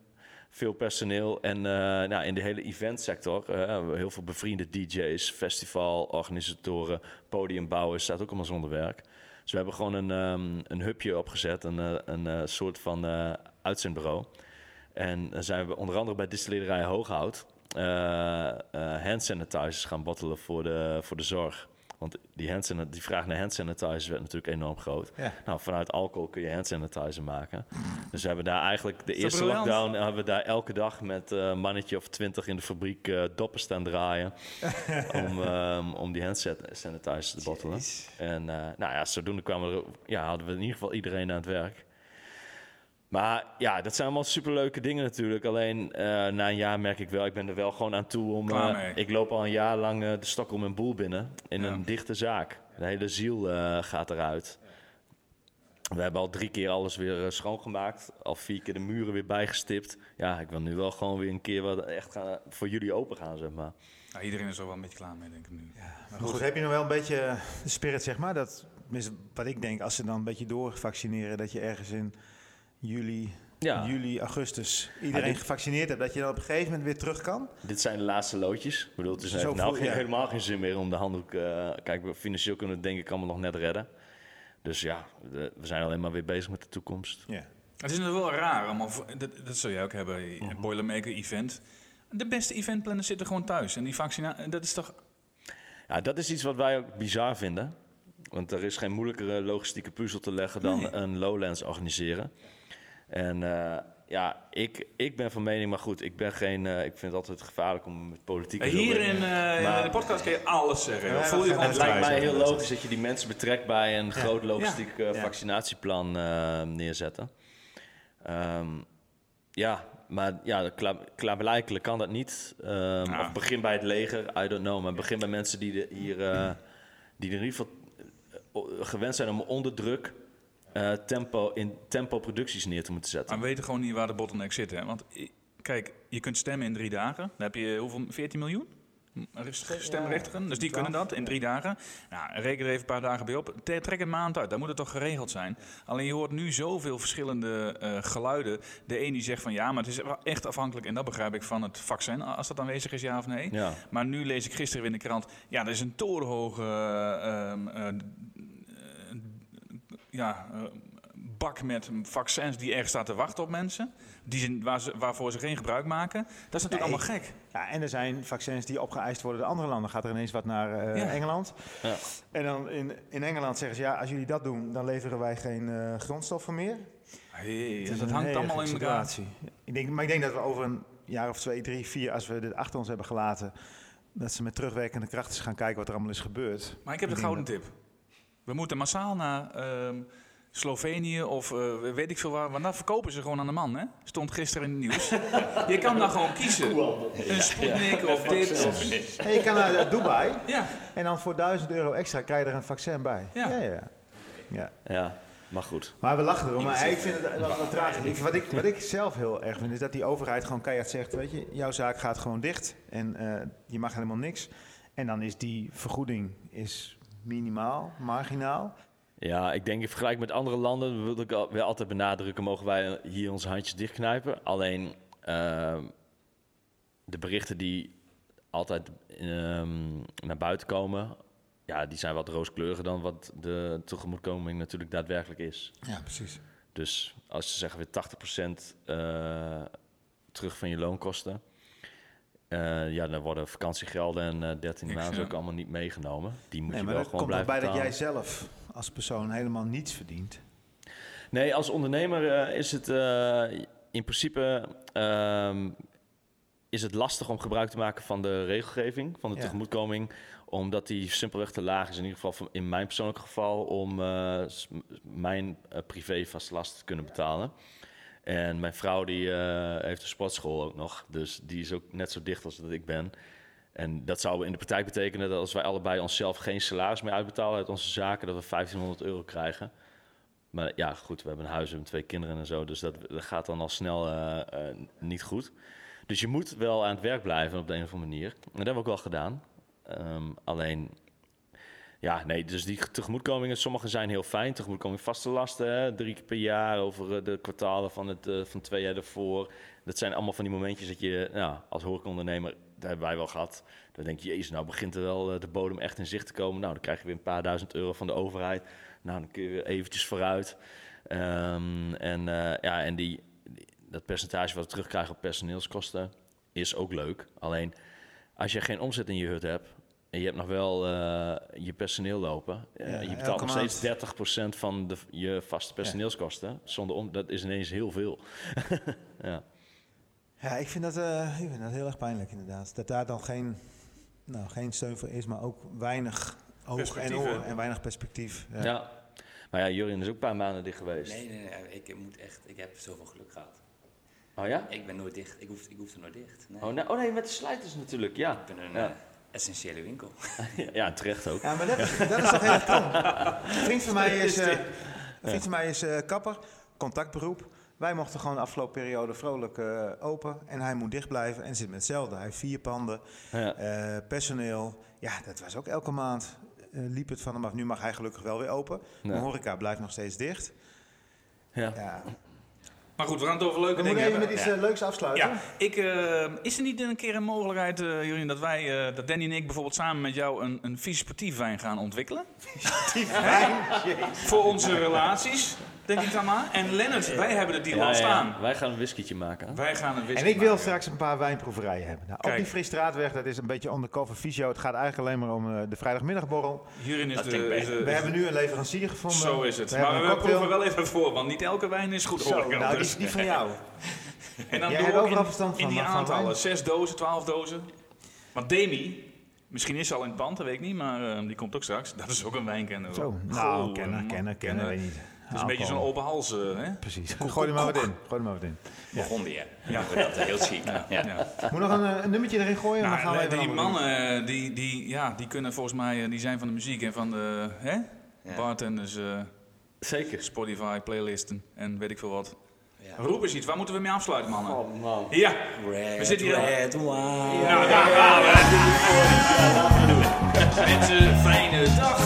veel personeel. En in de hele eventsector, heel veel bevriende DJ's, festivalorganisatoren, podiumbouwers, staat ook allemaal zonder werk. Dus we hebben gewoon een hubje opgezet, een soort van uitzendbureau. En dan zijn we onder andere bij distillerij Hooghout hand sanitizers gaan bottelen voor de zorg. Want die vraag naar hand sanitizers werd natuurlijk enorm groot. Ja. Nou, vanuit alcohol kun je hand sanitizer maken. Dus we hebben daar eigenlijk de eerste lockdown... hebben we daar elke dag met een mannetje of 20 in de fabriek doppen staan draaien. om die hand sanitizers te bottelen. En zodoende hadden we in ieder geval iedereen aan het werk. Maar ja, dat zijn allemaal superleuke dingen natuurlijk. Alleen na een jaar merk ik wel, ik ben er wel gewoon aan toe om... ik loop al een jaar lang de stok om mijn boel binnen in een dichte zaak. De hele ziel gaat eruit. We hebben al 3 keer alles weer schoongemaakt. Al 4 keer de muren weer bijgestipt. Ja, ik wil nu wel gewoon weer een keer wat echt voor jullie open gaan, zeg maar. Ja, iedereen is er wel een beetje klaar mee, denk ik nu. Ja, maar goed, heb je nog wel een beetje de spirit, zeg maar? Dat is wat ik denk, als ze dan een beetje doorvaccineren, dat je ergens in... juli, augustus iedereen gevaccineerd hebt, dat je dan op een gegeven moment weer terug kan? Dit zijn de laatste loodjes. Ik bedoel, het is helemaal geen zin meer om de handdoek... kijk, financieel kunnen we het denk ik allemaal nog net redden. Dus ja, we zijn alleen maar weer bezig met de toekomst. Ja. Het is wel raar, dat zul jij ook hebben, Boilermaker event. De beste eventplanners zitten gewoon thuis. En die vaccinatie, dat is toch... Ja, dat is iets wat wij ook bizar vinden. Want er is geen moeilijkere logistieke puzzel te leggen dan een Lowlands organiseren. En ik ben van mening, maar goed, ik vind het altijd gevaarlijk om met politiek... Hier in de podcast kun je alles zeggen. Voel je het lijkt mij heel logisch dat je die mensen betrekt bij een groot logistiek vaccinatieplan neerzetten. Klaarblijkelijk kan dat niet. Of begin bij het leger, I don't know. Maar begin bij mensen die in ieder geval gewend zijn om onder druk... tempo producties neer te moeten zetten. Maar we weten gewoon niet waar de bottleneck zit. Hè? Want kijk, je kunt stemmen in 3 dagen. Dan heb je hoeveel? 14 miljoen? Stemrechtigen. Dus die kunnen dat in 3 dagen. Nou, reken er even een paar dagen bij op. Trek een maand uit. Dan moet het toch geregeld zijn. Alleen je hoort nu zoveel verschillende geluiden. De een die zegt van ja, maar het is echt afhankelijk. En dat begrijp ik van het vaccin. Als dat aanwezig is, ja of nee. Ja. Maar nu lees ik gisteren in de krant. Ja, er is een torenhoge... bak met vaccins die ergens staat te wachten op mensen. Waarvoor ze geen gebruik maken. Dat is natuurlijk allemaal gek. Ja, en er zijn vaccins die opgeëist worden door andere landen. Gaat er ineens wat naar Engeland. Ja. En dan in Engeland zeggen ze... ja, als jullie dat doen, dan leveren wij geen grondstoffen meer. Dat hangt allemaal in elkaar. Ik denk dat we over een jaar of 2, 3, 4... als we dit achter ons hebben gelaten... dat ze met terugwerkende krachten gaan kijken wat er allemaal is gebeurd. Maar ik heb de gouden tip. We moeten massaal naar Slovenië of weet ik veel waar. Want daar verkopen ze gewoon aan de man. Hè? Stond gisteren in het nieuws. Je kan dan gewoon kiezen. Een Sputnik of dit. En je kan naar Dubai. Ja. En dan voor €1000 extra krijg je er een vaccin bij. Ja, maar goed. Maar we lachen erom. Maar ik vind het wel tragisch. Wat ik zelf heel erg vind, is dat die overheid gewoon keihard zegt... weet je, jouw zaak gaat gewoon dicht. En je mag helemaal niks. En dan is die vergoeding... minimaal, marginaal. Ja, ik denk in vergelijking met andere landen... wil ik wel altijd benadrukken... mogen wij hier onze handjes dichtknijpen. Alleen de berichten die altijd naar buiten komen... ja, die zijn wat rooskleuriger dan wat de tegemoetkoming natuurlijk daadwerkelijk is. Ja, precies. Dus als ze zeggen weer 80% terug van je loonkosten... dan worden vakantiegelden en 13 maanden ook allemaal niet meegenomen. Die moet je wel gewoon blijven betalen. Maar dat komt erbij dat jij zelf als persoon helemaal niets verdient? Nee, als ondernemer is het in principe is het lastig om gebruik te maken van de regelgeving, van de tegemoetkoming, omdat die simpelweg te laag is. In ieder geval in mijn persoonlijke geval om mijn privé vaste lasten te kunnen betalen. En mijn vrouw die heeft een sportschool ook nog. Dus die is ook net zo dicht als dat ik ben. En dat zou in de praktijk betekenen dat als wij allebei onszelf geen salaris meer uitbetalen uit onze zaken, dat we €1500 krijgen. Maar ja, goed, we hebben een huis, we hebben 2 kinderen en zo. Dus dat gaat dan al snel niet goed. Dus je moet wel aan het werk blijven op de een of andere manier. En dat hebben we ook wel gedaan. Alleen, Ja, nee, dus die tegemoetkomingen, sommige zijn heel fijn. Tegemoetkoming vaste lasten, hè, 3 keer per jaar over de kwartalen van 2 jaar ervoor. Dat zijn allemaal van die momentjes dat je, als horecaondernemer, dat hebben wij wel gehad. Dan denk je, jezus, nou begint er wel de bodem echt in zicht te komen. Nou, dan krijg je weer een paar duizend euro van de overheid. Nou, dan kun je weer eventjes vooruit. En dat percentage wat we terugkrijgen op personeelskosten is ook leuk. Alleen, als je geen omzet in je hut hebt en je hebt nog wel je personeel lopen, je betaalt nog steeds 30% van je vaste personeelskosten. Dat is ineens heel veel. Ja. Ja, ik vind dat heel erg pijnlijk inderdaad. Dat daar dan geen steun voor is, maar ook weinig oog en oor en weinig perspectief. Ja. Maar ja, Jurjen is ook een paar maanden dicht geweest. Nee, ik heb zoveel geluk gehad. Oh ja? Ik ben nooit dicht, ik hoef er nooit dicht. Nee. Oh nee, met de sluiters natuurlijk, ja. Ik ben een essentiële winkel. Ja, terecht ook. Ja, maar dat is toch heel erg krom. Een vriend van mij is kapper, contactberoep. Wij mochten gewoon de afgelopen periode vrolijk open. En hij moet dicht blijven en zit met hetzelfde. Hij heeft 4 panden, personeel. Ja, dat was ook elke maand liep het van hem af. Nu mag hij gelukkig wel weer open. De horeca blijft nog steeds dicht. Ja. Maar goed, we gaan het over leuke dingen hebben. We moeten even met iets leuks afsluiten. Ja, is er niet een keer een mogelijkheid, Jurjen, dat Danny en ik bijvoorbeeld samen met jou een vice wijn gaan ontwikkelen? Voor onze relaties, denk ik dan maar. En Lennart, wij hebben de deal al staan. Wij gaan een whiskietje maken. En ik wil straks een paar wijnproeverijen hebben. Nou, op die Friesstraatweg, dat is een beetje undercover visio. Het gaat eigenlijk alleen maar om de vrijdagmiddagborrel. Jurjen is we hebben nu een leverancier gevonden. Zo is het. Maar we proeven wel even voor, want niet elke wijn is goed. Nou, die is niet van jou. En dan doen we ook in die aantallen, 6 dozen, 12 dozen. Want Demi, misschien is ze al in het pand, dat weet ik niet, maar die komt ook straks. Dat is ook een wijnkenner. Zo, kennen, weet niet. Het is een beetje zo'n open hals, hè? Precies. Gooi er maar wat in. Begon weer. Ja, dat heel chic. Ja. Moet nog een nummertje erin gooien? Nou, dan gaan we even die mannen, die kunnen volgens mij, die zijn van de muziek en van de bartenders. Zeker. Spotify, playlisten en weet ik veel wat. Ja. Roep eens iets, waar moeten we mee afsluiten, mannen? Oh man. Ja, we zitten hier. Red wine. Ja, daar gaan we. Mensen, fijne dag.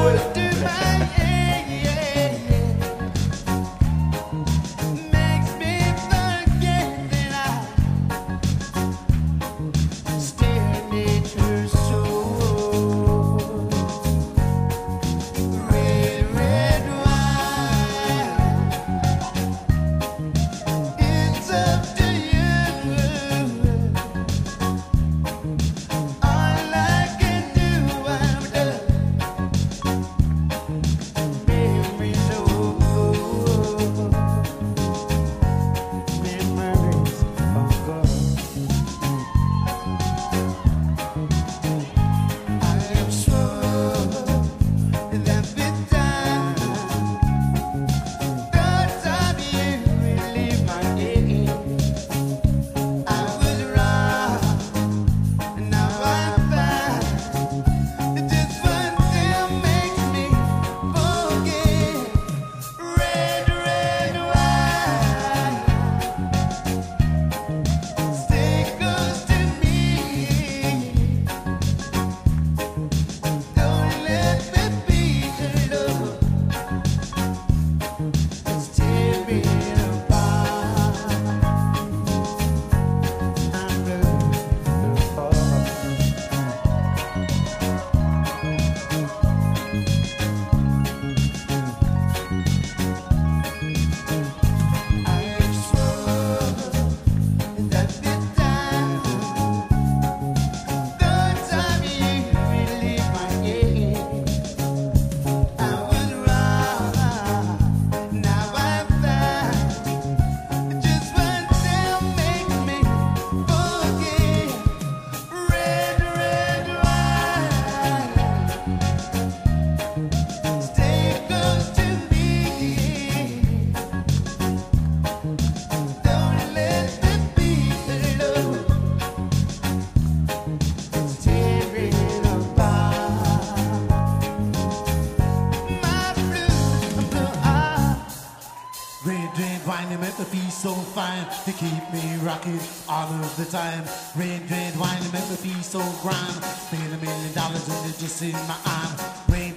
so fine to keep me rocking all of the time. Red wine to make me feel so grand. Paying $1 million and it's just in my arm. Red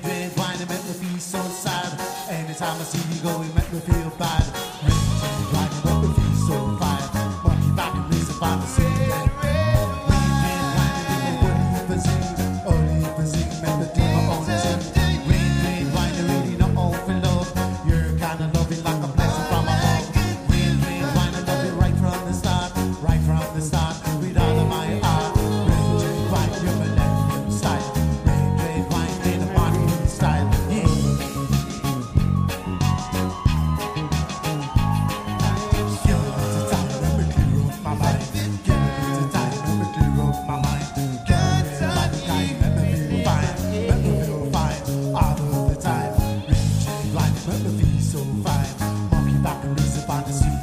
it make me feel so sad. Anytime I see you go, it make me feel bad. Rain, right, it make me feel so fine. Monkey back and listen by the sea. Fantasy